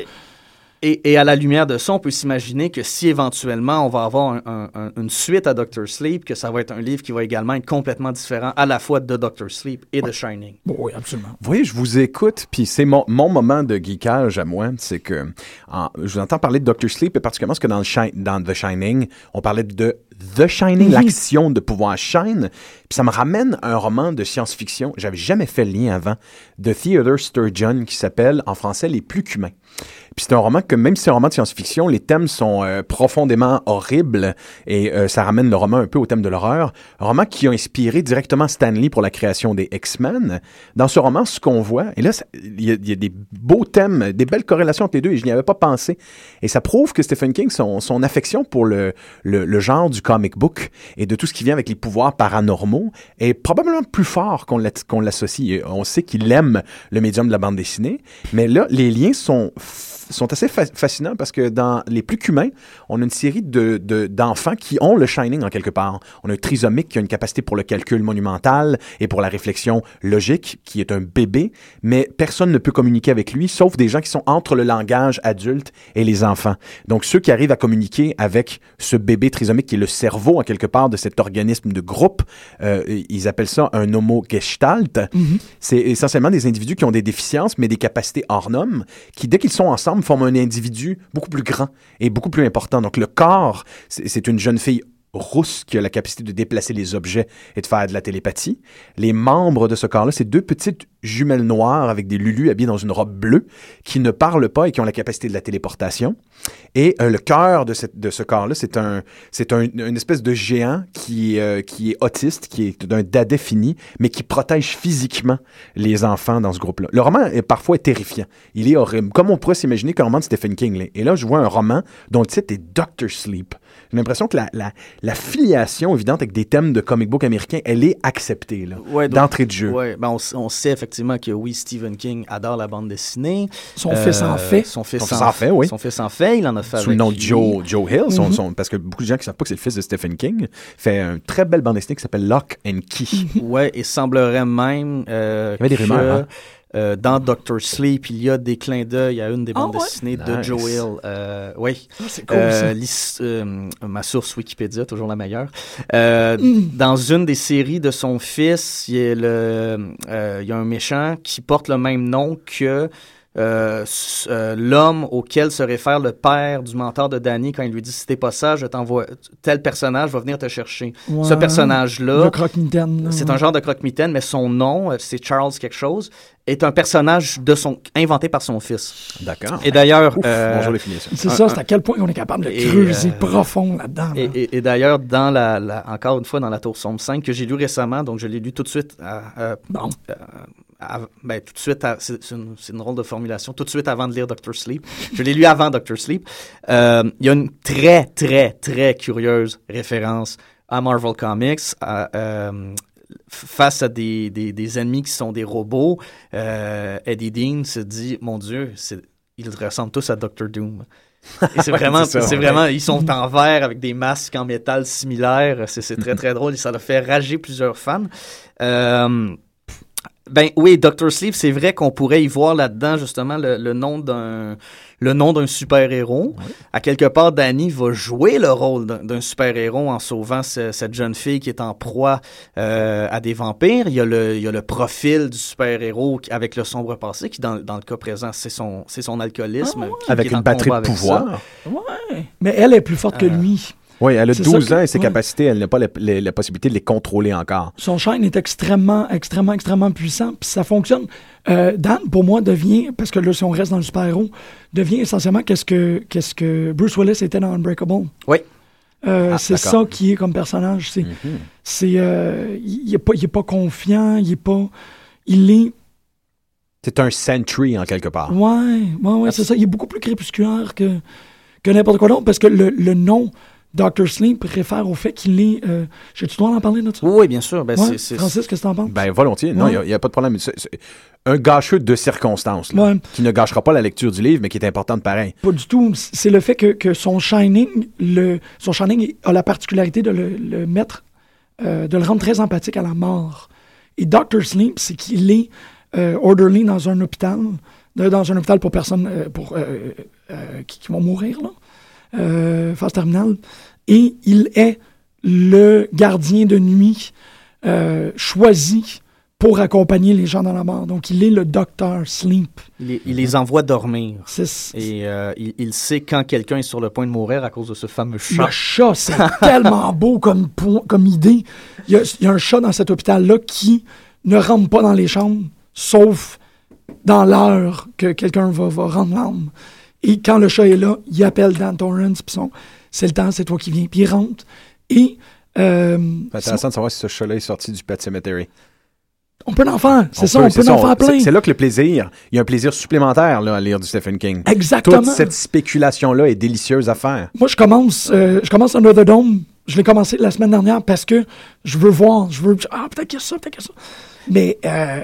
Speaker 11: Et à la lumière de ça, on peut s'imaginer que si éventuellement on va avoir une suite à Dr. Sleep, que ça va être un livre qui va également être complètement différent à la fois de Dr. Sleep et de Shining.
Speaker 10: Bon, oui, absolument.
Speaker 9: Vous voyez, je vous écoute, puis c'est mon moment de geekage à moi, c'est que je vous entends parler de Dr. Sleep, et particulièrement parce que dans The Shining, on parlait de The Shining, l'action de pouvoir shine, puis ça me ramène à un roman de science-fiction, j'avais jamais fait le lien avant, de Theodore Sturgeon, qui s'appelle, en français, Les plus qu'humains. Puis c'est un roman que, même si c'est un roman de science-fiction, les thèmes sont profondément horribles et ça ramène le roman un peu au thème de l'horreur. Un roman qui a inspiré directement Stan Lee pour la création des X-Men. Dans ce roman, ce qu'on voit, et là, il y a des beaux thèmes, des belles corrélations entre les deux et je n'y avais pas pensé. Et ça prouve que Stephen King, son affection pour le genre du comic book et de tout ce qui vient avec les pouvoirs paranormaux est probablement plus fort qu'on l'associe. On sait qu'il aime le médium de la bande dessinée, mais là, les liens sont assez fascinants parce que dans Les plus qu'humains, on a une série d'enfants qui ont le Shining en quelque part. On a un trisomique qui a une capacité pour le calcul monumental et pour la réflexion logique, qui est un bébé, mais personne ne peut communiquer avec lui, sauf des gens qui sont entre le langage adulte et les enfants. Donc, ceux qui arrivent à communiquer avec ce bébé trisomique qui est le cerveau en quelque part de cet organisme de groupe, ils appellent ça un homo-gestalt. C'est essentiellement des individus qui ont des déficiences, mais des capacités hors normes, qui, dès qu'ils sont ensemble, forment un individu beaucoup plus grand et beaucoup plus important. Donc, le corps, c'est une jeune fille rousse qui a la capacité de déplacer les objets et de faire de la télépathie. Les membres de ce corps-là, c'est deux petites jumelles noires avec des lulus habillés dans une robe bleue qui ne parlent pas et qui ont la capacité de la téléportation. Et le cœur de ce corps-là, c'est une espèce de géant qui est autiste, qui est d'un dadais fini, mais qui protège physiquement les enfants dans ce groupe-là. Le roman est parfois terrifiant. Il est horrible. Comme on pourrait s'imaginer qu'un roman de Stephen King. Et là, je vois un roman dont le titre est Dr. Sleep. J'ai l'impression que la filiation évidente avec des thèmes de comic book américains, elle est acceptée là, d'entrée de jeu.
Speaker 11: Oui, on sait effectivement que oui, Stephen King adore la bande dessinée.
Speaker 10: Son fils en fait.
Speaker 11: Son fils en fait, il en a fait
Speaker 9: sous le nom de Joe Hill, parce que beaucoup de gens qui ne savent pas que c'est le fils de Stephen King, fait une très belle bande dessinée qui s'appelle Lock and Key.
Speaker 11: Oui, et semblerait même
Speaker 9: il y avait des rumeurs, hein?
Speaker 11: Dans Dr. Sleep, il y a des clins d'œil à une des bandes dessinées de Joe Hill. Oui.
Speaker 10: C'est cool, ça.
Speaker 11: Ma source Wikipédia, toujours la meilleure. Dans une des séries de son fils, il y a un méchant qui porte le même nom que l'homme auquel se réfère le père du mentor de Danny quand il lui dit « Si t'es pas sage, je t'envoie... Tel personnage va venir te chercher.
Speaker 10: Ouais.
Speaker 11: Ce personnage-là...
Speaker 10: Le croque-mitaine.
Speaker 11: C'est un genre de croque-mitaine, mais son nom, c'est Charles quelque chose, est un personnage inventé par son fils.
Speaker 9: D'accord.
Speaker 11: Et d'ailleurs...
Speaker 9: bonjour les finissants.
Speaker 10: C'est ça, c'est à quel point on est capable de creuser profond là-dedans. Là.
Speaker 11: Et d'ailleurs, dans encore une fois, dans la Tour Sombre 5, que j'ai lu récemment, donc je l'ai lu tout de suite tout de suite, c'est une drôle de formulation, tout de suite avant de lire Dr. Sleep. Je l'ai lu avant Dr. Sleep. Il y a une très, très, très curieuse référence à Marvel Comics, face à des ennemis qui sont des robots. Eddie Dean se dit, mon Dieu, ils ressemblent tous à Dr. Doom. Et c'est vraiment, ils sont en verre avec des masques en métal similaires. C'est très, très drôle et ça a fait rager plusieurs fans. Ben oui, Dr. Sleep, c'est vrai qu'on pourrait y voir là-dedans justement le nom d'un super-héros. Oui. À quelque part, Danny va jouer le rôle d'un super-héros en sauvant cette jeune fille qui est en proie à des vampires. Il y a le profil du super-héros avec le sombre passé qui, dans le cas présent, c'est son alcoolisme.
Speaker 9: Avec une batterie de pouvoir.
Speaker 10: Ouais. Mais elle est plus forte que lui.
Speaker 9: Oui, elle a 12 ans et ses capacités, elle n'a pas la possibilité de les contrôler encore.
Speaker 10: Son shine est extrêmement, extrêmement, extrêmement puissant, puis ça fonctionne. Dan, pour moi, devient, parce que là, si on reste dans le super-héros, devient essentiellement qu'est-ce que Bruce Willis était dans Unbreakable.
Speaker 11: Oui.
Speaker 10: C'est ça qui est comme personnage. Il est pas confiant, il est...
Speaker 9: C'est un sentry, en quelque part.
Speaker 10: Ouais, c'est ça. Il est beaucoup plus crépusculaire que n'importe quoi d'autre, parce que le nom... Dr. Sleep réfère au fait qu'il est... J'ai-tu le droit d'en parler de ça?
Speaker 11: Oui, bien sûr. Ben,
Speaker 10: Francis, qu'est-ce que tu en penses?
Speaker 9: Ben, volontiers. Non, il n'y a pas de problème. C'est un gâcheux de circonstances, là, qui ne gâchera pas la lecture du livre, mais qui est importante pareil.
Speaker 10: Pas du tout. C'est le fait que son Shining a la particularité de le mettre, de le rendre très empathique à la mort. Et Dr. Sleep, c'est qu'il est orderly dans un hôpital pour personnes qui vont mourir, là. Phase terminale, et il est le gardien de nuit choisi pour accompagner les gens dans la mort. Donc, il est le Dr. Sleep.
Speaker 11: Il les envoie dormir. Et il sait quand quelqu'un est sur le point de mourir à cause de ce fameux chat.
Speaker 10: Le chat, c'est tellement beau comme idée. Il y a un chat dans cet hôpital-là qui ne rentre pas dans les chambres, sauf dans l'heure que quelqu'un va rendre l'âme. Et quand le chat est là, il appelle Dan Torrance, puis c'est le temps, c'est toi qui viens, puis il rentre. Et...
Speaker 9: c'est intéressant de savoir si ce chat-là est sorti du Pet Cemetery.
Speaker 10: On peut en faire, on peut en faire plein.
Speaker 9: C'est là que le plaisir, il y a un plaisir supplémentaire là, à lire du Stephen King.
Speaker 10: Exactement.
Speaker 9: Toute cette spéculation-là est délicieuse à faire.
Speaker 10: Moi, je commence Under the Dome. Je l'ai commencé la semaine dernière parce que je veux voir, peut-être qu'il y a ça, Mais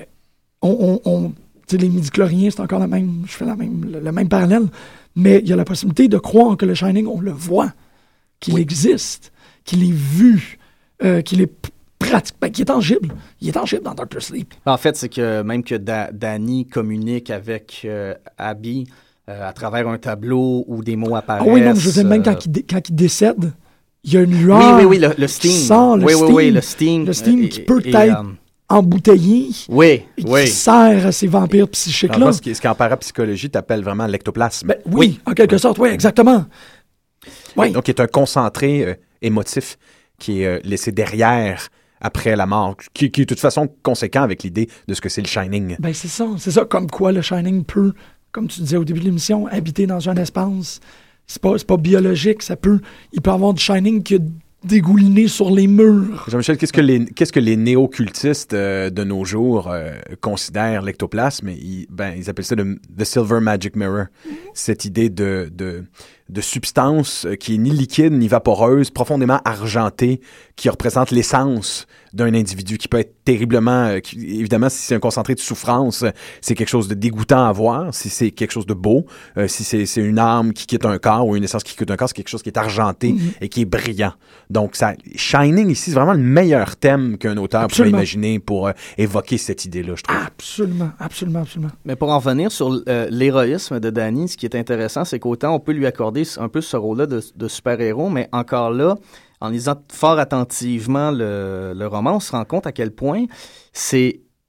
Speaker 10: les midi-chloriens, c'est encore je fais le même parallèle, mais il y a la possibilité de croire que le Shining, on le voit, qu'il existe, qu'il est vu, qu'il est pratique, qu'il est tangible. Il est tangible dans Dr. Sleep.
Speaker 11: En fait, c'est que même que Danny communique avec Abby à travers un tableau où des mots apparaissent.
Speaker 10: Ah oui, non, je sais même quand il décède, il y a une lueur.
Speaker 11: Oui, le steam.
Speaker 10: Qui sort,
Speaker 11: le steam.
Speaker 10: Le steam qui peut être embouteillé et qui sert à ces vampires psychiques-là.
Speaker 9: Ce qu'en parapsychologie t'appelle vraiment l'ectoplasme.
Speaker 10: Oui, en quelque sorte, oui, exactement. Oui.
Speaker 9: Donc, il est un concentré émotif qui est laissé derrière après la mort, qui est de toute façon conséquent avec l'idée de ce que c'est le Shining.
Speaker 10: Ben c'est ça, comme quoi le Shining peut, comme tu disais au début de l'émission, habiter dans un espace. C'est pas biologique, il peut avoir du Shining qui a dégouliné sur les murs.
Speaker 9: Jean-Michel, qu'est-ce que les néo-cultistes de nos jours considèrent l'ectoplasme? Ils appellent ça the Silver Magic Mirror. Cette idée de substance qui est ni liquide ni vaporeuse, profondément argentée, qui représente l'essence d'un individu, qui peut être terriblement... évidemment, si c'est un concentré de souffrance, c'est quelque chose de dégoûtant à voir. Si c'est quelque chose de beau, si c'est une âme qui quitte un corps ou une essence qui quitte un corps, c'est quelque chose qui est argenté et qui est brillant. Donc, Shining, ici, c'est vraiment le meilleur thème qu'un auteur pourrait imaginer pour évoquer cette idée-là, je trouve.
Speaker 10: Absolument.
Speaker 11: Mais pour en revenir sur l'héroïsme de Danny, ce qui est intéressant, c'est qu'autant on peut lui accorder un peu ce rôle-là de super-héros, mais encore là, en lisant fort attentivement le roman, on se rend compte à quel point c'est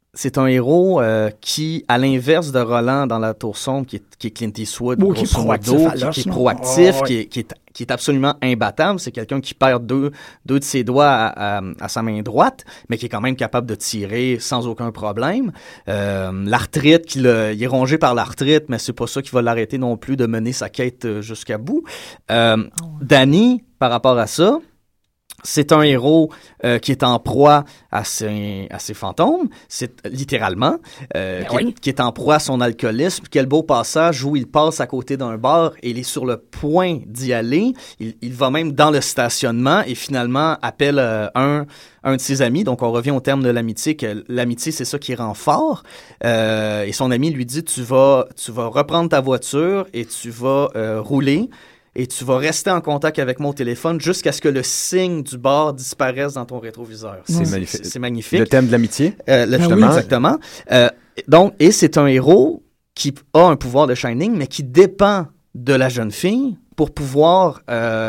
Speaker 11: c'est un héros qui, à l'inverse de Roland dans La Tour Sombre, qui est Clint Eastwood,
Speaker 10: qui est proactif,
Speaker 11: qui est absolument imbattable. C'est quelqu'un qui perd deux de ses doigts à sa main droite, mais qui est quand même capable de tirer sans aucun problème. L'arthrite, il est rongé par l'arthrite, mais c'est pas ça qui va l'arrêter non plus de mener sa quête jusqu'à bout. Danny, par rapport à ça, c'est un héros qui est en proie à ses fantômes, c'est littéralement, qui est en proie à son alcoolisme. Quel beau passage où il passe à côté d'un bar et il est sur le point d'y aller. Il va même dans le stationnement et finalement appelle un de ses amis. Donc on revient au terme de l'amitié, que l'amitié c'est ça qui rend fort. Et son ami lui dit tu vas reprendre ta voiture et tu vas rouler. Et tu vas rester en contact avec moi au téléphone jusqu'à ce que le signe du bar disparaisse dans ton rétroviseur.
Speaker 9: C'est magnifique.
Speaker 11: C'est magnifique.
Speaker 9: Le thème de l'amitié.
Speaker 11: Exactement. Et c'est un héros qui a un pouvoir de Shining, mais qui dépend de la jeune fille pour pouvoir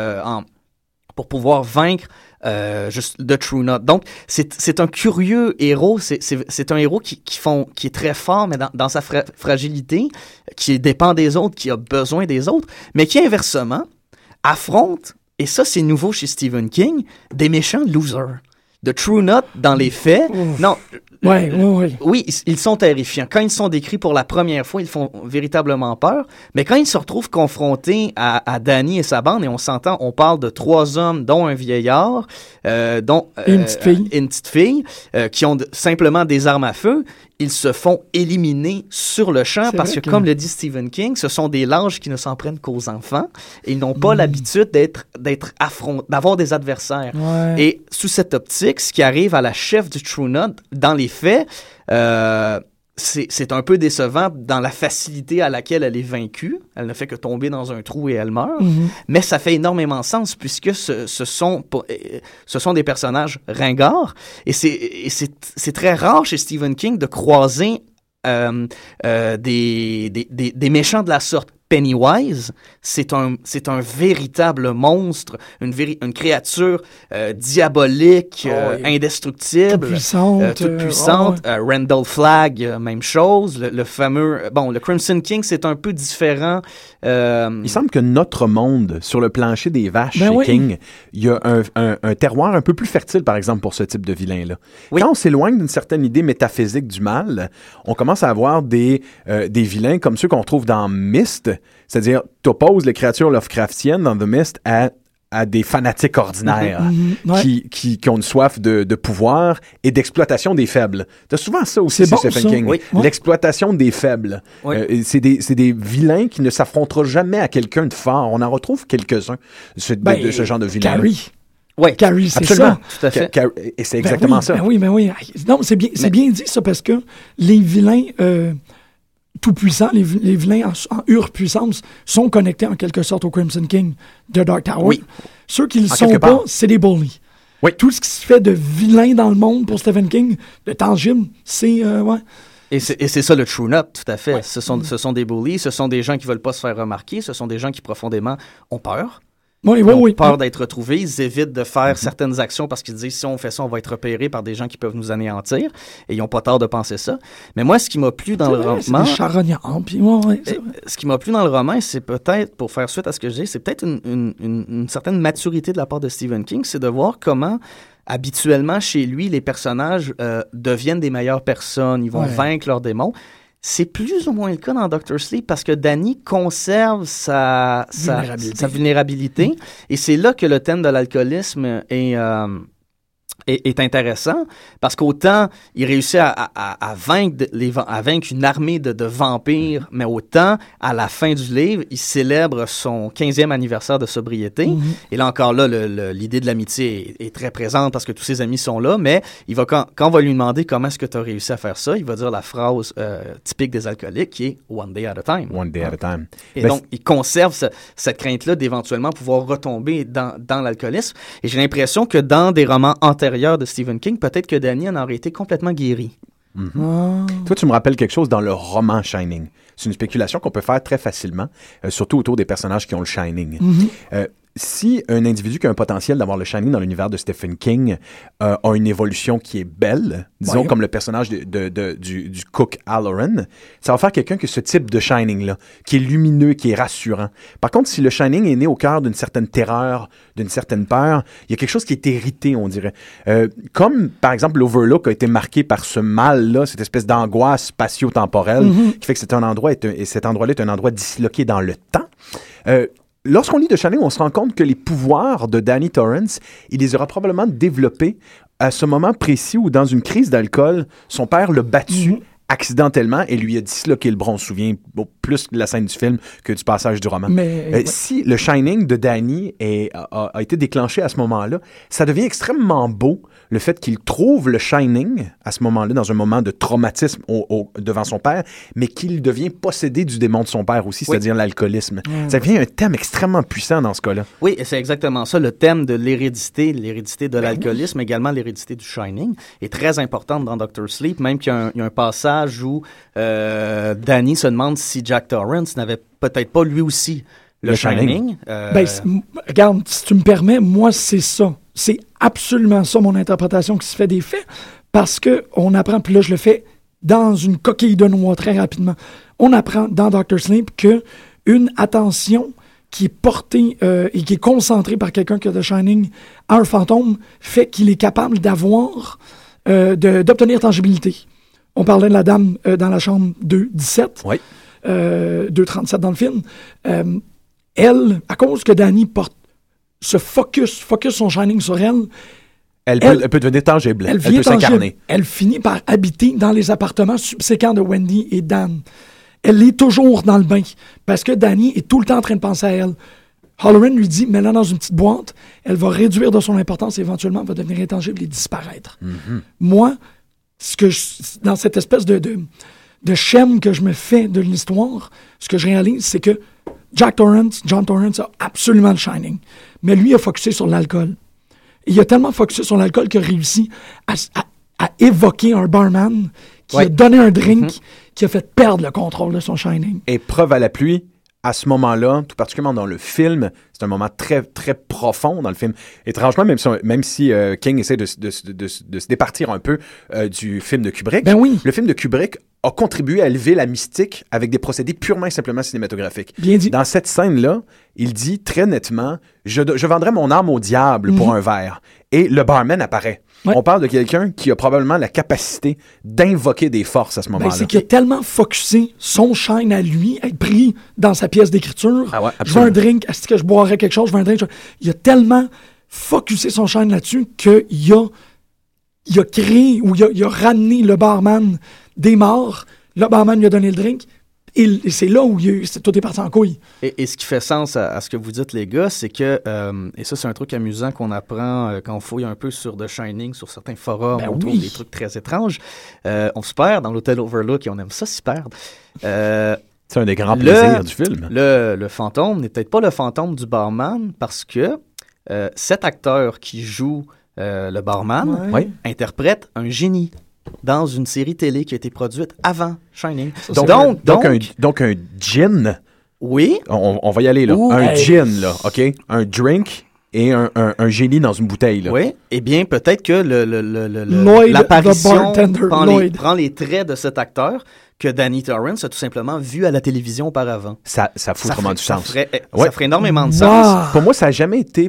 Speaker 11: vaincre The True Knot. Donc, c'est un curieux héros. C'est un héros qui est très fort, mais dans sa fragilité, qui dépend des autres, qui a besoin des autres, mais qui, inversement, affronte, et ça, c'est nouveau chez Stephen King, des méchants losers. The True Knot, dans les faits, non. Oui, ils sont terrifiants. Quand ils sont décrits pour la première fois, ils font véritablement peur. Mais quand ils se retrouvent confrontés à Danny et sa bande, et on s'entend, on parle de 3 hommes, dont un vieillard, dont
Speaker 10: une petite fille,
Speaker 11: qui ont simplement des armes à feu, ils se font éliminer sur le champ parce que, comme le dit Stephen King, ce sont des lâches qui ne s'en prennent qu'aux enfants et ils n'ont pas l'habitude d'avoir des adversaires.
Speaker 10: Ouais.
Speaker 11: Et sous cette optique, ce qui arrive à la chef du True Knot, dans les faits, c'est un peu décevant dans la facilité à laquelle elle est vaincue. Elle ne fait que tomber dans un trou et elle meurt.
Speaker 10: Mm-hmm.
Speaker 11: Mais ça fait énormément de sens puisque ce sont des personnages ringards. Et c'est très rare chez Stephen King de croiser des méchants de la sorte. Pennywise, c'est un véritable monstre, une créature diabolique, indestructible, toute puissante. Randall Flagg, même chose. Le fameux, le Crimson King, c'est un peu différent.
Speaker 12: Il semble que notre monde, sur le plancher des vaches chez King, il y a un terroir un peu plus fertile, par exemple, pour ce type de vilain-là. Oui. Quand on s'éloigne d'une certaine idée métaphysique du mal, on commence à avoir des vilains comme ceux qu'on trouve dans Myst. C'est-à-dire, tu opposes les créatures Lovecraftiennes dans The Mist à des fanatiques ordinaires qui ont une soif de pouvoir et d'exploitation des faibles. Tu as souvent ça aussi chez Stephen King. Oui. L'exploitation des faibles. Oui. C'est des vilains qui ne s'affronteront jamais à quelqu'un de fort. On en retrouve quelques-uns de ce genre de vilains.
Speaker 10: Carrie.
Speaker 11: Oui,
Speaker 10: Carrie, c'est
Speaker 11: absolument,
Speaker 10: ça.
Speaker 11: Tout à fait.
Speaker 12: Et c'est exactement ça.
Speaker 10: Oui. Non, c'est bien dit ça parce que les vilains... tout puissants, les vilains en puissance sont connectés en quelque sorte au Crimson King de Dark Tower. Oui. Ceux qui ne le sont pas, c'est des bullies.
Speaker 12: Oui.
Speaker 10: Tout ce qui se fait de vilain dans le monde pour Stephen King, de tangible, c'est...
Speaker 11: Et c'est ça le True Knot, tout à fait. Ouais. Ce sont des bullies, ce sont des gens qui ne veulent pas se faire remarquer, ce sont des gens qui profondément ont peur. Ils ont peur d'être retrouvés, ils évitent de faire certaines actions parce qu'ils disent si on fait ça, on va être repéré par des gens qui peuvent nous anéantir. Et ils n'ont pas tort de penser ça. Mais moi, ce qui m'a plu dans le roman...
Speaker 10: C'est des charognards, puis
Speaker 11: ce qui m'a plu dans le roman, c'est peut-être, pour faire suite à ce que je dis, c'est peut-être une certaine maturité de la part de Stephen King, c'est de voir comment... Habituellement, chez lui, les personnages deviennent des meilleures personnes, ils vont vaincre leurs démons. C'est plus ou moins le cas dans Dr. Sleep parce que Danny conserve sa vulnérabilité. Et c'est là que le thème de l'alcoolisme est intéressant parce qu'autant il réussit à vaincre une armée de vampires, mais autant à la fin du livre, il célèbre son 15e anniversaire de sobriété. Et là encore, l'idée de l'amitié est très présente parce que tous ses amis sont là, mais quand on va lui demander comment est-ce que tu as réussi à faire ça, il va dire la phrase typique des alcooliques qui est « one day at a time ».
Speaker 12: One day at a time.
Speaker 11: Et donc, il conserve cette crainte-là d'éventuellement pouvoir retomber dans l'alcoolisme. Et j'ai l'impression que dans des romans antérieurs de Stephen King, peut-être que Danny en aurait été complètement guéri.
Speaker 12: Toi, tu me rappelles quelque chose dans le roman Shining. C'est une spéculation qu'on peut faire très facilement, surtout autour des personnages qui ont le Shining. si un individu qui a un potentiel d'avoir le Shining dans l'univers de Stephen King a une évolution qui est belle, disons comme le personnage du cook Halloran, ça va faire quelqu'un qui a ce type de Shining-là, qui est lumineux, qui est rassurant. Par contre, si le Shining est né au cœur d'une certaine terreur, d'une certaine peur, il y a quelque chose qui est hérité, on dirait. Comme, par exemple, l'Overlook a été marqué par ce mal-là, cette espèce d'angoisse spatio-temporelle, qui fait que cet endroit-là est un endroit disloqué dans le temps. Lorsqu'on lit The Shining, on se rend compte que les pouvoirs de Danny Torrance, il les aura probablement développés à ce moment précis où, dans une crise d'alcool, son père l'a battu accidentellement et lui a disloqué le bras. On se souvient plus de la scène du film que du passage du roman. Si le Shining de Danny a été déclenché à ce moment-là, ça devient extrêmement beau, le fait qu'il trouve le Shining à ce moment-là, dans un moment de traumatisme devant son père, mais qu'il devient possédé du démon de son père aussi, c'est-à-dire l'alcoolisme. Ça devient un thème extrêmement puissant dans ce cas-là.
Speaker 11: Oui, c'est exactement ça. Le thème de l'hérédité de l'alcoolisme, également l'hérédité du Shining, est très importante dans Dr. Sleep, même qu'il y a un passage où Danny se demande si Jack Torrance n'avait peut-être pas lui aussi le Shining.
Speaker 10: Regarde, si tu me permets, moi, c'est ça. C'est absolument ça, mon interprétation qui se fait des faits, parce qu'on apprend, puis là, je le fais dans une coquille de noix très rapidement. On apprend dans Dr. Sleep qu'une attention qui est portée et qui est concentrée par quelqu'un qui a The Shining à un fantôme fait qu'il est capable d'obtenir tangibilité. On parlait de la dame dans la chambre 217, 237 dans le film. Elle, à cause que Danny focus son Shining sur elle,
Speaker 12: elle peut devenir tangible. Elle peut s'incarner.
Speaker 10: Elle finit par habiter dans les appartements subséquents de Wendy et Dan. Elle est toujours dans le bain parce que Danny est tout le temps en train de penser à elle. Halloran lui dit, mets-la dans une petite boîte, elle va réduire de son importance et éventuellement va devenir intangible et disparaître. Moi, dans cette espèce de schème que je me fais de l'histoire, ce que je réalise, c'est que John Torrance a absolument le Shining. Mais lui a focusé sur l'alcool. Il a tellement focusé sur l'alcool qu'il a réussi à évoquer un barman qui a donné un drink qui a fait perdre le contrôle de son Shining.
Speaker 12: Et preuve à l'appui, à ce moment-là, tout particulièrement dans le film, c'est un moment très, très profond dans le film. Étrangement, même si King essaie de se départir un peu du film de Kubrick, le film de Kubrick a contribué à élever la mystique avec des procédés purement et simplement cinématographiques.
Speaker 10: Bien dit.
Speaker 12: Dans cette scène-là, il dit très nettement « Je vendrais mon âme au diable pour un verre ». Et le barman apparaît. On parle de quelqu'un qui a probablement la capacité d'invoquer des forces à ce moment-là.
Speaker 10: C'est qu'il a tellement focusé son shine à lui, être pris dans sa pièce d'écriture. Je veux un drink, est-ce que je boirais quelque chose? Je veux un drink. Il a tellement focusé son shine là-dessus qu'il a créé ou il a ramené le barman des morts. Le barman lui a donné le drink. Et c'est là où tout est parti en couille.
Speaker 11: Et ce qui fait sens à ce que vous dites, les gars, c'est que, et ça, c'est un truc amusant qu'on apprend quand on fouille un peu sur The Shining, sur certains forums, on trouve des trucs très étranges. On se perd dans l'hôtel Overlook et on aime ça s'y perdre.
Speaker 12: C'est un des grands plaisirs du film.
Speaker 11: Le fantôme n'est peut-être pas le fantôme du barman parce que cet acteur qui joue le barman interprète un génie dans une série télé qui a été produite avant Shining.
Speaker 12: Donc un gin.
Speaker 11: Oui.
Speaker 12: On va y aller, là. Un gin, là, OK? Un drink et un génie dans une bouteille, là.
Speaker 11: Oui. Eh bien, peut-être que
Speaker 10: Lloyd,
Speaker 11: l'apparition prend les traits de cet acteur que Danny Torrance a tout simplement vu à la télévision auparavant.
Speaker 12: Ça fout vraiment du sens.
Speaker 11: Ça ferait énormément de sens.
Speaker 12: Pour moi, ça n'a jamais été...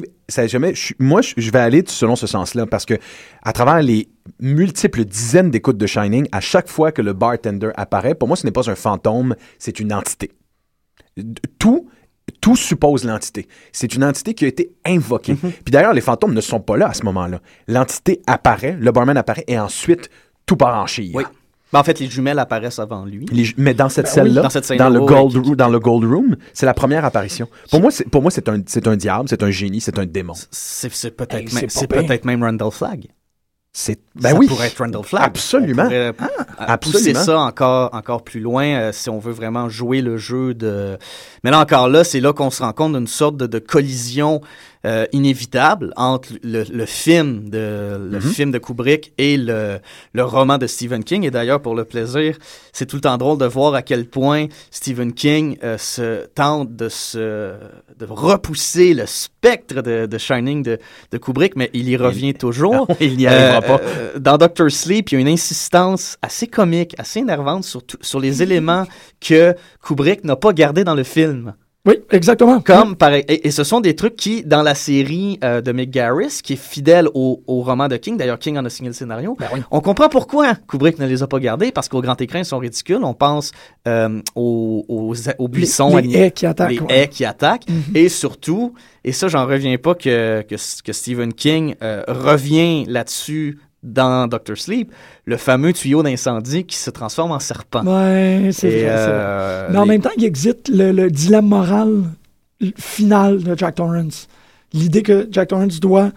Speaker 12: je vais aller selon ce sens-là, parce que à travers les multiples dizaines d'écoutes de Shining, à chaque fois que le bartender apparaît, pour moi, ce n'est pas un fantôme, c'est une entité. Tout suppose l'entité. C'est une entité qui a été invoquée. Puis d'ailleurs, les fantômes ne sont pas là à ce moment-là. L'entité apparaît, le barman apparaît, et ensuite, tout part en chire.
Speaker 11: Oui. Ben, en fait, les jumelles apparaissent avant lui.
Speaker 12: Mais dans cette scène-là, dans le Gold Room, c'est la première apparition. Pour moi, c'est un diable, c'est un génie, c'est un démon.
Speaker 11: C'est peut-être même Randall Flagg.
Speaker 12: Ça
Speaker 11: pourrait être Randall Flagg.
Speaker 12: Absolument.
Speaker 11: On pourrait pousser ça encore plus loin si on veut vraiment jouer le jeu de... Mais là, encore là, c'est là qu'on se rend compte d'une sorte de collision inévitable entre le film de Kubrick et le roman de Stephen King. Et d'ailleurs, pour le plaisir, c'est tout le temps drôle de voir à quel point Stephen King se tente de repousser le spectre de Shining de Kubrick, mais il y revient toujours.
Speaker 12: Il n'y arrivera pas.
Speaker 11: Dans Dr. Sleep, il y a une insistance assez comique, assez énervante sur les éléments que Kubrick n'a pas gardés dans le film.
Speaker 10: Oui, exactement.
Speaker 11: Et ce sont des trucs qui, dans la série de Mick Garris, qui est fidèle au roman de King, d'ailleurs King en a signé le scénario, on comprend pourquoi Kubrick ne les a pas gardés, parce qu'au grand écran, ils sont ridicules. On pense aux buissons,
Speaker 10: les haies qui attaquent.
Speaker 11: Haies qui attaquent. Et surtout, et ça, j'en reviens pas que Stephen King revient là-dessus dans Dr. Sleep, le fameux tuyau d'incendie qui se transforme en serpent.
Speaker 10: Ouais, c'est vrai. Mais en même temps, il existe le dilemme moral final de Jack Torrance. L'idée que Jack Torrance doit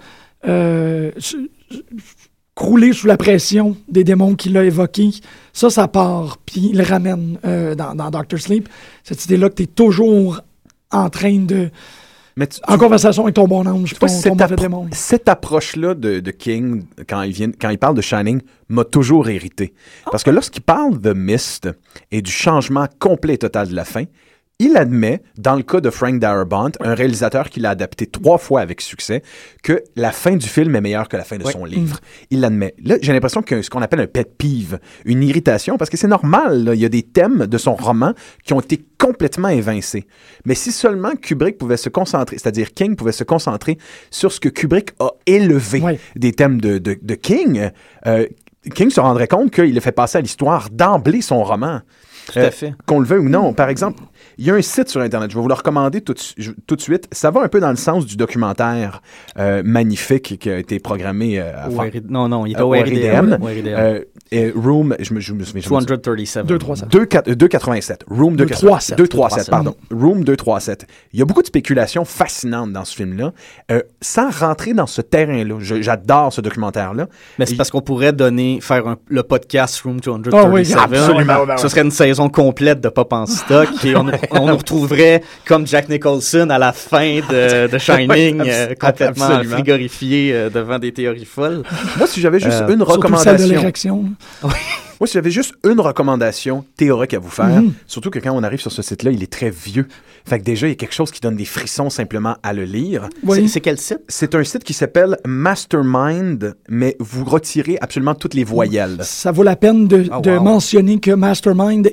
Speaker 10: crouler sous la pression des démons qu'il a évoqués, ça part, puis il le ramène dans Dr. Sleep. Cette idée-là que tu es toujours en train de... en conversation avec ton bon ange, ton mauvais démon.
Speaker 12: Cette approche-là de King, quand il parle de Shining, m'a toujours irrité. Parce que lorsqu'il parle de Mist et du changement complet et total de la fin, il admet, dans le cas de Frank Darabont, un réalisateur qui l'a adapté 3 fois avec succès, que la fin du film est meilleure que la fin de son livre. Il l'admet. Là, j'ai l'impression qu'il y a ce qu'on appelle un pet peeve, une irritation, parce que c'est normal, là, il y a des thèmes de son roman qui ont été complètement évincés. Mais si seulement Kubrick pouvait se concentrer, c'est-à-dire King pouvait se concentrer sur ce que Kubrick a élevé des thèmes de King, King se rendrait compte qu'il a fait passer à l'histoire d'emblée son roman.
Speaker 11: Tout à fait.
Speaker 12: Qu'on le veuille ou non. Par exemple, il y a un site sur Internet, je vais vous le recommander tout de suite. Ça va un peu dans le sens du documentaire magnifique qui a été programmé à
Speaker 11: Non, il est au RIDM.
Speaker 12: Room, je me souviens.
Speaker 11: 237.
Speaker 12: 287. Room 237, pardon. Room 237. Il y a beaucoup de spéculations fascinantes dans ce film-là. Sans rentrer dans ce terrain-là, j'adore ce documentaire-là.
Speaker 11: Mais c'est parce qu'on pourrait faire le podcast Room 237.
Speaker 12: Oh oui, absolument.
Speaker 11: Ce serait une saison complète de Pop en stock et on nous retrouverait comme Jack Nicholson à la fin de Shining, complètement frigorifié devant des théories folles.
Speaker 12: Moi, si j'avais juste une recommandation... Moi, si j'avais juste une recommandation théorique à vous faire, surtout que quand on arrive sur ce site-là, il est très vieux. Fait que déjà, il y a quelque chose qui donne des frissons simplement à le lire.
Speaker 11: C'est quel site?
Speaker 12: C'est un site qui s'appelle Mastermind, mais vous retirez absolument toutes les voyelles.
Speaker 10: Ça vaut la peine de mentionner que Mastermind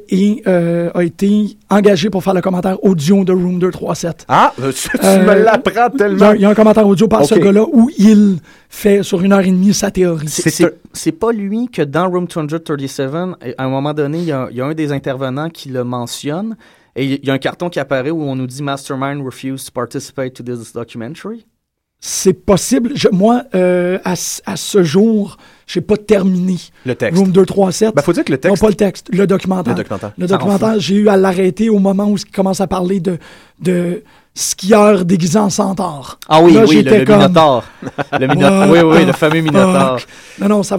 Speaker 10: a été engagé pour faire le commentaire audio de Room 237.
Speaker 12: Ah, tu me l'apprends tellement.
Speaker 10: Il y a un commentaire audio par ce gars-là où il fait sur 1h30 sa théorie.
Speaker 11: C'est pas lui que dans Room 237, à un moment donné, il y a un des intervenants qui le mentionne et il y a un carton qui apparaît où on nous dit « Mastermind refused to participate to this documentary ».
Speaker 10: C'est possible. Moi, à ce jour, je n'ai pas terminé
Speaker 12: le texte.
Speaker 10: Room 237.
Speaker 12: Faut dire que le texte...
Speaker 10: Non, pas le texte, le documentaire. Le documentaire, j'ai eu à l'arrêter au moment où il commence à parler de skieurs déguisés en centaure.
Speaker 11: Ah oui, là, le Minotaure. Oui, le fameux Minotaure.
Speaker 10: Non, ça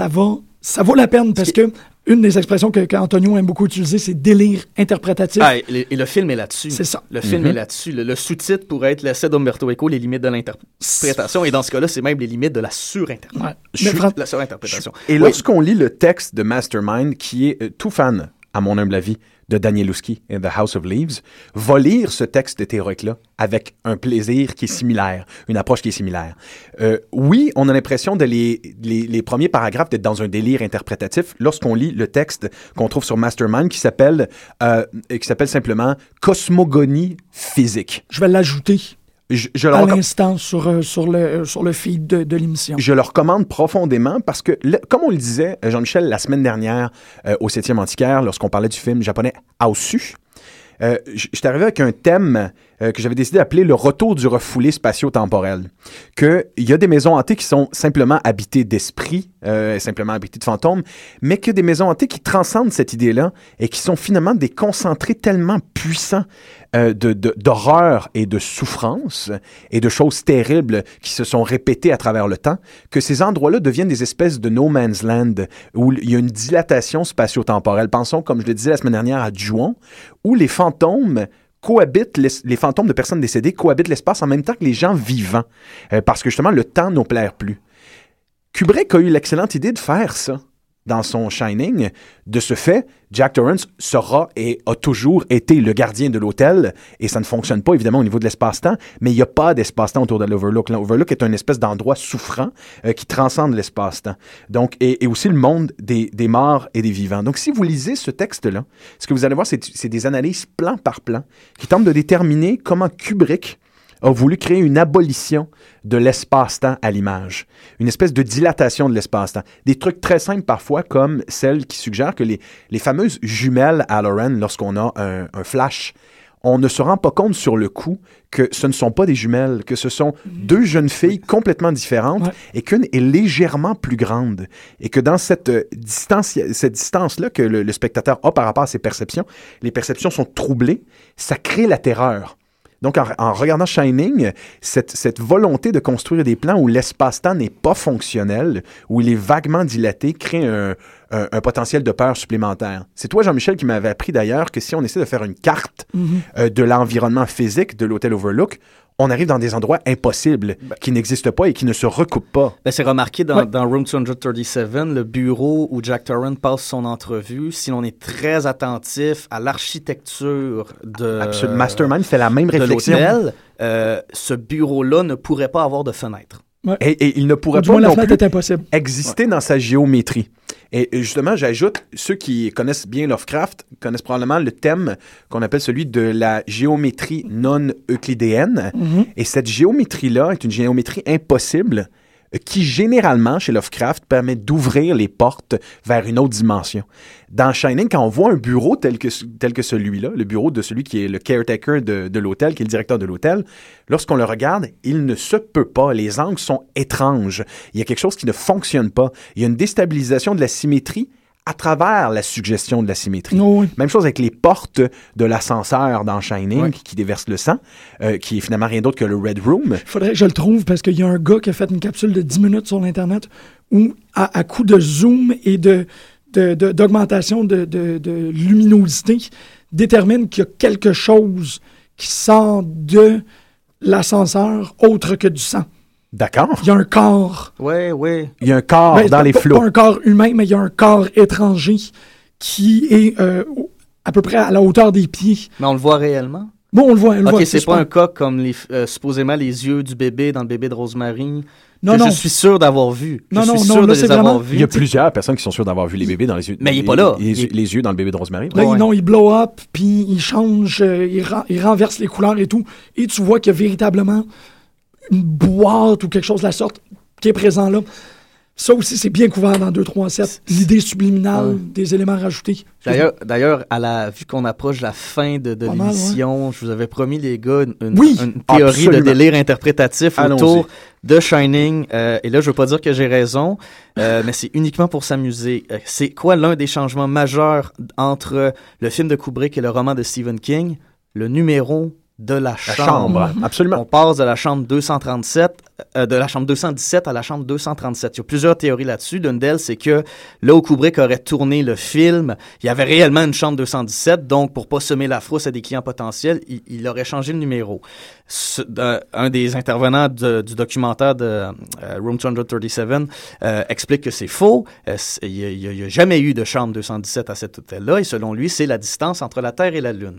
Speaker 10: vaut la peine parce que une des expressions qu'Antonio aime beaucoup utiliser, c'est délire interprétatif.
Speaker 11: Et le film est là-dessus.
Speaker 10: C'est ça.
Speaker 11: Le film est là-dessus. Le sous-titre pourrait être l'essai d'Umberto Eco, les limites de l'interprétation. Et dans ce cas-là, c'est même les limites de la surinterprétation.
Speaker 12: Et lorsqu'on lit le texte de Mastermind, qui est tout fan, à mon humble avis, de Danielewski et The House of Leaves, va lire ce texte théorique-là avec un plaisir qui est similaire, une approche qui est similaire. Oui, on a l'impression de les premiers paragraphes d'être dans un délire interprétatif lorsqu'on lit le texte qu'on trouve sur Mastermind qui s'appelle simplement « Cosmogonie physique ».
Speaker 10: Je vais l'ajouter. À l'instant sur le feed de l'émission.
Speaker 12: Je le recommande profondément parce que, comme on le disait, Jean-Michel, la semaine dernière, au 7e Antiquaire, lorsqu'on parlait du film japonais Aosu, j'étais arrivé avec un thème que j'avais décidé d'appeler le retour du refoulé spatio-temporel. Qu'il y a des maisons hantées qui sont simplement habitées d'esprits, simplement habitées de fantômes, mais qu'il y a des maisons hantées qui transcendent cette idée-là et qui sont finalement des concentrés tellement puissants d'horreur et de souffrance et de choses terribles qui se sont répétées à travers le temps, que ces endroits-là deviennent des espèces de no man's land où il y a une dilatation spatio-temporelle. Pensons, comme je le disais la semaine dernière, à Ju-on, où les fantômes cohabitent, les fantômes de personnes décédées cohabitent l'espace en même temps que les gens vivants, parce que justement, le temps n'opère plus. Kubrick a eu l'excellente idée de faire ça dans son Shining. De ce fait, Jack Torrance sera et a toujours été le gardien de l'hôtel, et ça ne fonctionne pas évidemment au niveau de l'espace-temps, mais il n'y a pas d'espace-temps autour de l'Overlook. L'Overlook est une espèce d'endroit souffrant qui transcende l'espace-temps. Donc, et aussi le monde des morts et des vivants. Donc, si vous lisez ce texte-là, ce que vous allez voir, c'est des analyses plan par plan qui tentent de déterminer comment Kubrick a voulu créer une abolition de l'espace-temps à l'image. Une espèce de dilatation de l'espace-temps. Des trucs très simples parfois, comme celle qui suggère que les fameuses jumelles Halloran, lorsqu'on a un flash, on ne se rend pas compte sur le coup que ce ne sont pas des jumelles, que ce sont deux jeunes filles complètement différentes et qu'une est légèrement plus grande. Et que dans cette distance-là que le spectateur a par rapport à ses perceptions, les perceptions sont troublées, ça crée la terreur. Donc, en regardant Shining, cette volonté de construire des plans où l'espace-temps n'est pas fonctionnel, où il est vaguement dilaté, crée un potentiel de peur supplémentaire. C'est toi, Jean-Michel, qui m'avais appris d'ailleurs que si on essaie de faire une carte de l'environnement physique de l'hôtel Overlook, on arrive dans des endroits impossibles qui n'existent pas et qui ne se recoupent pas.
Speaker 11: Ben, c'est remarqué dans Room 237, le bureau où Jack Torrance passe son entrevue. Si l'on est très attentif à l'architecture de
Speaker 12: Mastermind fait la même réflexion.
Speaker 11: L'hôtel, ce bureau-là ne pourrait pas avoir de fenêtre.
Speaker 10: Ouais.
Speaker 12: Et il ne pourrait pas non plus exister dans sa géométrie. Et justement, j'ajoute, ceux qui connaissent bien Lovecraft connaissent probablement le thème qu'on appelle celui de la géométrie non euclidéenne. Et cette géométrie-là est une géométrie impossible qui, généralement, chez Lovecraft, permet d'ouvrir les portes vers une autre dimension. Dans Shining, quand on voit un bureau tel que celui-là, le bureau de celui qui est le caretaker de l'hôtel, qui est le directeur de l'hôtel, lorsqu'on le regarde, il ne se peut pas. Les angles sont étranges. Il y a quelque chose qui ne fonctionne pas. Il y a une déstabilisation de la symétrie à travers la suggestion de la symétrie.
Speaker 10: Oui.
Speaker 12: Même chose avec les portes de l'ascenseur dans Shining qui déversent le sang, qui est finalement rien d'autre que le Red Room.
Speaker 10: Il faudrait que je le trouve parce qu'il y a un gars qui a fait une capsule de 10 minutes sur l'Internet où, à coup de zoom et d'augmentation de luminosité, détermine qu'il y a quelque chose qui sort de l'ascenseur autre que du sang.
Speaker 12: D'accord.
Speaker 10: Il y a un corps.
Speaker 11: Oui.
Speaker 12: Il y a un corps dans les flots.
Speaker 10: Pas un corps humain, mais il y a un corps étranger qui est à peu près à la hauteur des pieds.
Speaker 11: Mais on le voit réellement?
Speaker 10: Bon, on le voit.
Speaker 11: OK, c'est pas un cas comme supposément les yeux du bébé dans le bébé de Rosemary.
Speaker 10: Non.
Speaker 11: Je suis sûr d'avoir vu.
Speaker 10: Non,
Speaker 12: il y a plusieurs personnes qui sont sûres d'avoir vu les bébés dans les yeux.
Speaker 11: Mais il n'est pas là.
Speaker 12: Les yeux dans le bébé de Rosemary.
Speaker 10: Non, il blow up, puis il change, il renverse les couleurs et tout. Et tu vois qu'il y a véritablement une boîte ou quelque chose de la sorte qui est présent là. Ça aussi, c'est bien couvert dans 237. L'idée subliminale des éléments rajoutés.
Speaker 11: D'ailleurs, vu qu'on approche la fin de l'émission, je vous avais promis, les gars, une théorie de délire interprétatif autour de Shining. Et là, je veux pas dire que j'ai raison, mais c'est uniquement pour s'amuser. C'est quoi l'un des changements majeurs entre le film de Kubrick et le roman de Stephen King? Le numéro de la chambre.
Speaker 12: Absolument.
Speaker 11: On passe de la chambre 217 à la chambre 237. Il y a plusieurs théories là-dessus. L'une d'elles, c'est que là où Kubrick aurait tourné le film, il y avait réellement une chambre 217, donc pour pas semer la frousse à des clients potentiels, il aurait changé le numéro. Un des intervenants du documentaire de Room 237 explique que c'est faux. Il n'y a jamais eu de chambre 217 à cet hôtel-là, et selon lui, c'est la distance entre la Terre et la Lune.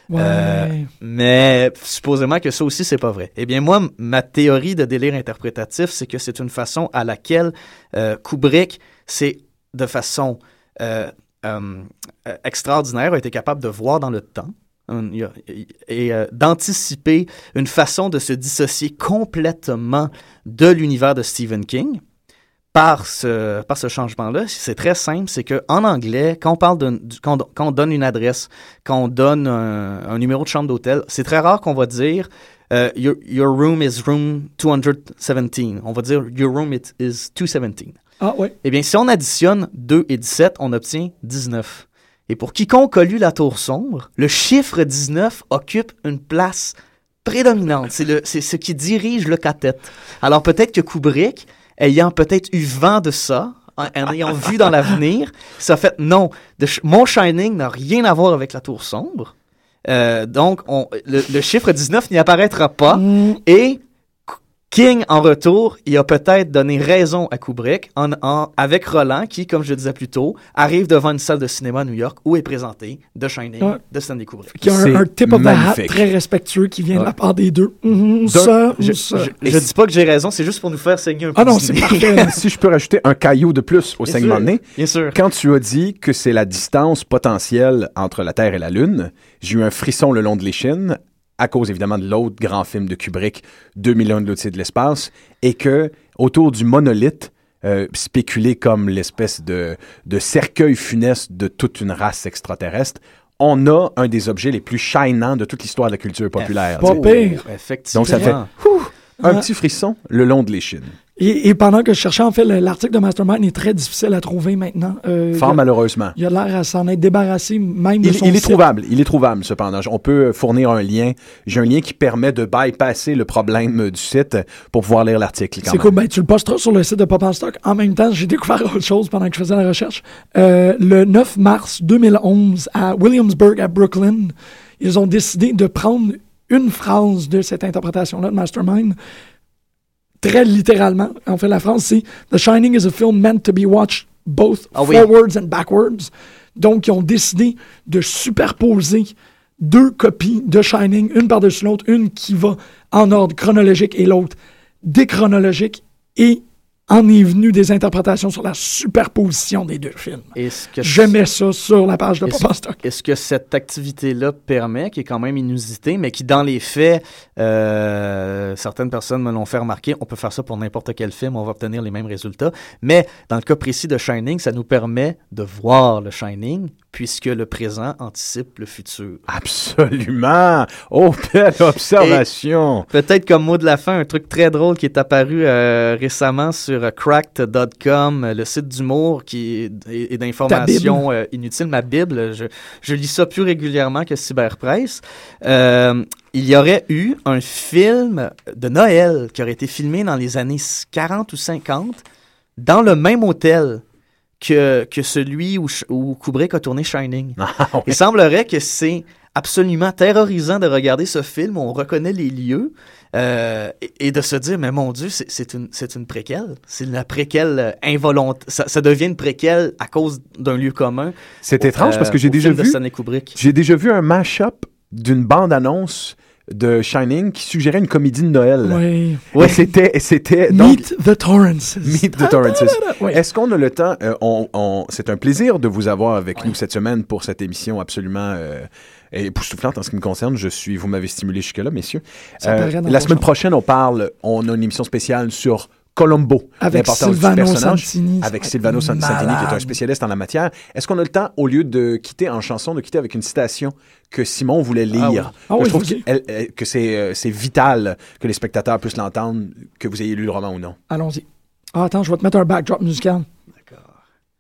Speaker 11: Mais supposément que ça aussi, c'est pas vrai. Eh bien, moi, ma théorie de délire interprétatif, c'est que c'est une façon à laquelle Kubrick, de façon extraordinaire, a été capable de voir dans le temps et d'anticiper une façon de se dissocier complètement de l'univers de Stephen King. Par ce changement-là, c'est très simple, c'est qu'en anglais, quand on donne une adresse, quand on donne un numéro de chambre d'hôtel, c'est très rare qu'on va dire your room is room 217. On va dire your room is 217.
Speaker 10: Ah ouais.
Speaker 11: Eh bien, si on additionne 2 et 17, on obtient 19. Et pour quiconque a lu La Tour sombre, le chiffre 19 occupe une place prédominante. C'est ce qui dirige le cathète. Alors peut-être que Kubrick, ayant peut-être eu vent de ça, en ayant vu dans l'avenir, ça fait non, mon Shining n'a rien à voir avec La Tour sombre. Donc, le chiffre 19 n'y apparaîtra pas. Et King, en retour, il a peut-être donné raison à Kubrick avec Roland, qui, comme je le disais plus tôt, arrive devant une salle de cinéma à New York où est présenté The Shining de Stanley Kubrick.
Speaker 10: Qui a un tip of the hat très respectueux qui vient de la part des deux.
Speaker 11: Je dis pas que j'ai raison, c'est juste pour nous faire saigner un peu.
Speaker 10: Ah non, c'est parfait.
Speaker 12: Si je peux rajouter un caillou de plus au saignement de nez.
Speaker 11: Bien sûr.
Speaker 12: Quand tu as dit que c'est la distance potentielle entre la Terre et la Lune, j'ai eu un frisson le long de l'échine, à cause évidemment de l'autre grand film de Kubrick, 2001 de l'Odyssée de l'espace, et que autour du monolithe, spéculé comme l'espèce de cercueil funeste de toute une race extraterrestre, on a un des objets les plus shinants de toute l'histoire de la culture populaire.
Speaker 10: Pas pire.
Speaker 12: Donc ça fait un petit frisson le long de l'échine.
Speaker 10: Et pendant que je cherchais, en fait, l'article de Mastermind est très difficile à trouver maintenant.
Speaker 12: Fort malheureusement.
Speaker 10: Il a l'air à s'en être débarrassé, même de son
Speaker 12: il est
Speaker 10: site.
Speaker 12: trouvable. Il est trouvable, cependant. On peut fournir un lien. J'ai un lien qui permet de bypasser le problème du site pour pouvoir lire l'article.
Speaker 10: C'est cool. Ben, tu le posteras sur le site de Pop en Stock. En même temps, j'ai découvert autre chose pendant que je faisais la recherche. Le 9 mars 2011, à Williamsburg, à Brooklyn, ils ont décidé de prendre une phrase de cette interprétation-là de Mastermind, très littéralement. En fait, la phrase, c'est « The Shining is a film meant to be watched both forwards and backwards ». Donc, ils ont décidé de superposer deux copies de Shining, une par-dessus l'autre, une qui va en ordre chronologique et l'autre déchronologique, et en est venu des interprétations sur la superposition des deux films. Je mets ça sur la page de Pop en Stock.
Speaker 11: Est-ce que cette activité-là permet, qui est quand même inusitée, mais qui, dans les faits, certaines personnes me l'ont fait remarquer, on peut faire ça pour n'importe quel film, on va obtenir les mêmes résultats, mais dans le cas précis de Shining, ça nous permet de voir le Shining, puisque le présent anticipe le futur.
Speaker 12: Absolument! Oh, belle observation!
Speaker 11: Et peut-être comme mot de la fin, un truc très drôle qui est apparu récemment sur cracked.com, le site d'humour et d'informations inutiles, ma Bible. Je lis ça plus régulièrement que Cyberpresse. Il y aurait eu un film de Noël qui aurait été filmé dans les années 40 ou 50 dans le même hôtel que celui où Kubrick a tourné Shining. Il semblerait que c'est absolument terrorisant de regarder ce film où on reconnaît les lieux et de se dire, mais mon Dieu, c'est une préquelle. C'est la préquelle involontaire. Ça devient une préquelle à cause d'un lieu commun.
Speaker 12: C'est étrange parce que j'ai déjà vu un mash-up d'une bande-annonce de Shining qui suggérait une comédie de Noël.
Speaker 10: Oui.
Speaker 12: Ouais, c'était
Speaker 10: Meet the Torrances.
Speaker 12: Meet the Torrances.
Speaker 10: Oui.
Speaker 12: Est-ce qu'on a le temps? C'est un plaisir de vous avoir avec nous cette semaine pour cette émission absolument époustouflante en ce qui me concerne. Vous m'avez stimulé jusque-là, messieurs. La semaine prochaine, on a une émission spéciale sur Columbo,
Speaker 10: avec Silvano Santini.
Speaker 12: Avec Silvano Santini, qui est un spécialiste en la matière. Est-ce qu'on a le temps, au lieu de quitter en chanson, de quitter avec une citation que Simon voulait lire? Je trouve que c'est vital que les spectateurs puissent l'entendre, que vous ayez lu le roman ou non.
Speaker 10: Allons-y. Attends, je vais te mettre un backdrop musical.
Speaker 11: D'accord.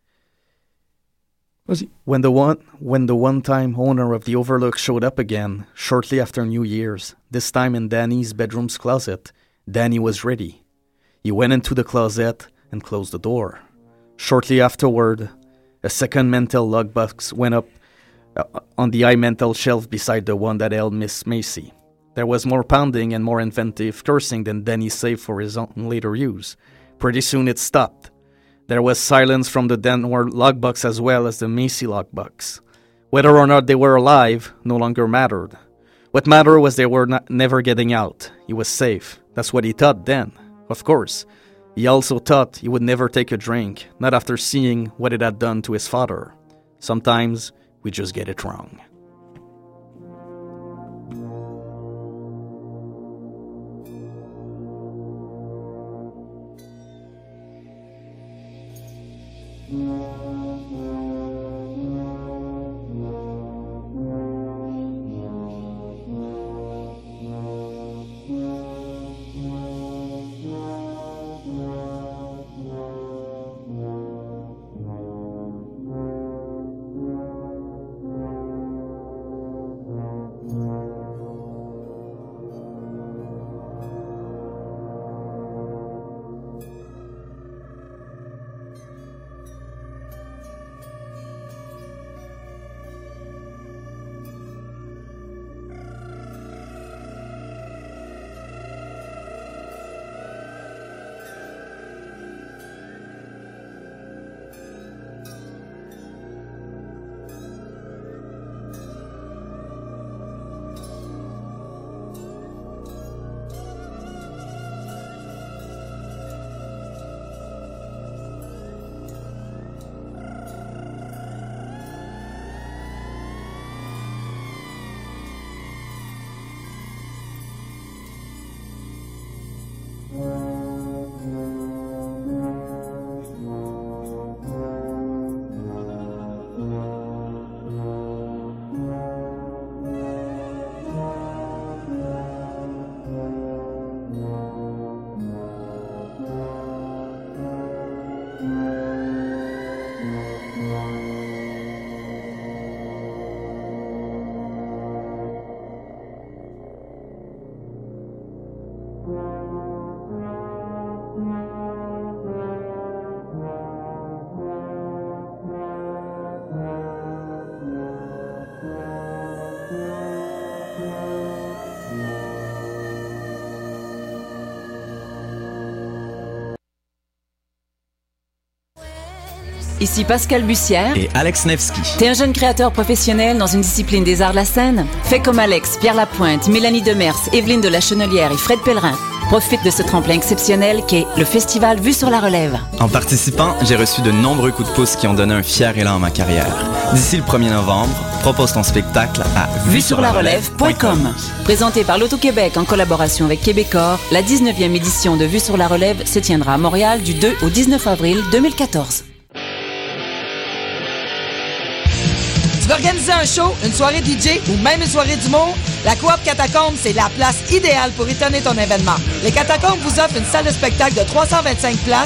Speaker 10: Vas-y.
Speaker 11: When the one-time owner of the Overlook showed up again, shortly after New Year's, this time in Danny's bedroom's closet, Danny was ready. He went into the closet and closed the door. Shortly afterward, a second mental logbox went up on the iMental shelf beside the one that held Miss Macy. There was more pounding and more inventive cursing than Danny saved for his own later use. Pretty soon it stopped. There was silence from the Denver logbox as well as the Macy logbox. Whether or not they were alive no longer mattered. What mattered was they were never getting out. He was safe. That's what he thought then. Of course, he also thought he would never take a drink, not after seeing what it had done to his father. Sometimes we just get it wrong.
Speaker 2: ici Pascal Bussière
Speaker 3: et Alex Nevsky.
Speaker 2: T'es un jeune créateur professionnel dans une discipline des arts de la scène? Fais comme Alex, Pierre Lapointe, Mélanie Demers, Evelyne de la Chenelière et Fred Pellerin. Profite de ce tremplin exceptionnel qu'est le festival Vue sur la Relève.
Speaker 3: En participant, j'ai reçu de nombreux coups de pouce qui ont donné un fier élan à ma carrière. D'ici le 1er novembre, propose ton spectacle à
Speaker 2: vuesurlarelève.com. Présenté par l'Auto-Québec en collaboration avec Québecor, la 19e édition de Vue sur la Relève se tiendra à Montréal du 2 au 19 avril 2014.
Speaker 4: Tu veux organiser un show, une soirée DJ ou même une soirée d'humour? La Coop Catacombe, c'est la place idéale pour étonner ton événement. Les Catacombes vous offrent une salle de spectacle de 325 places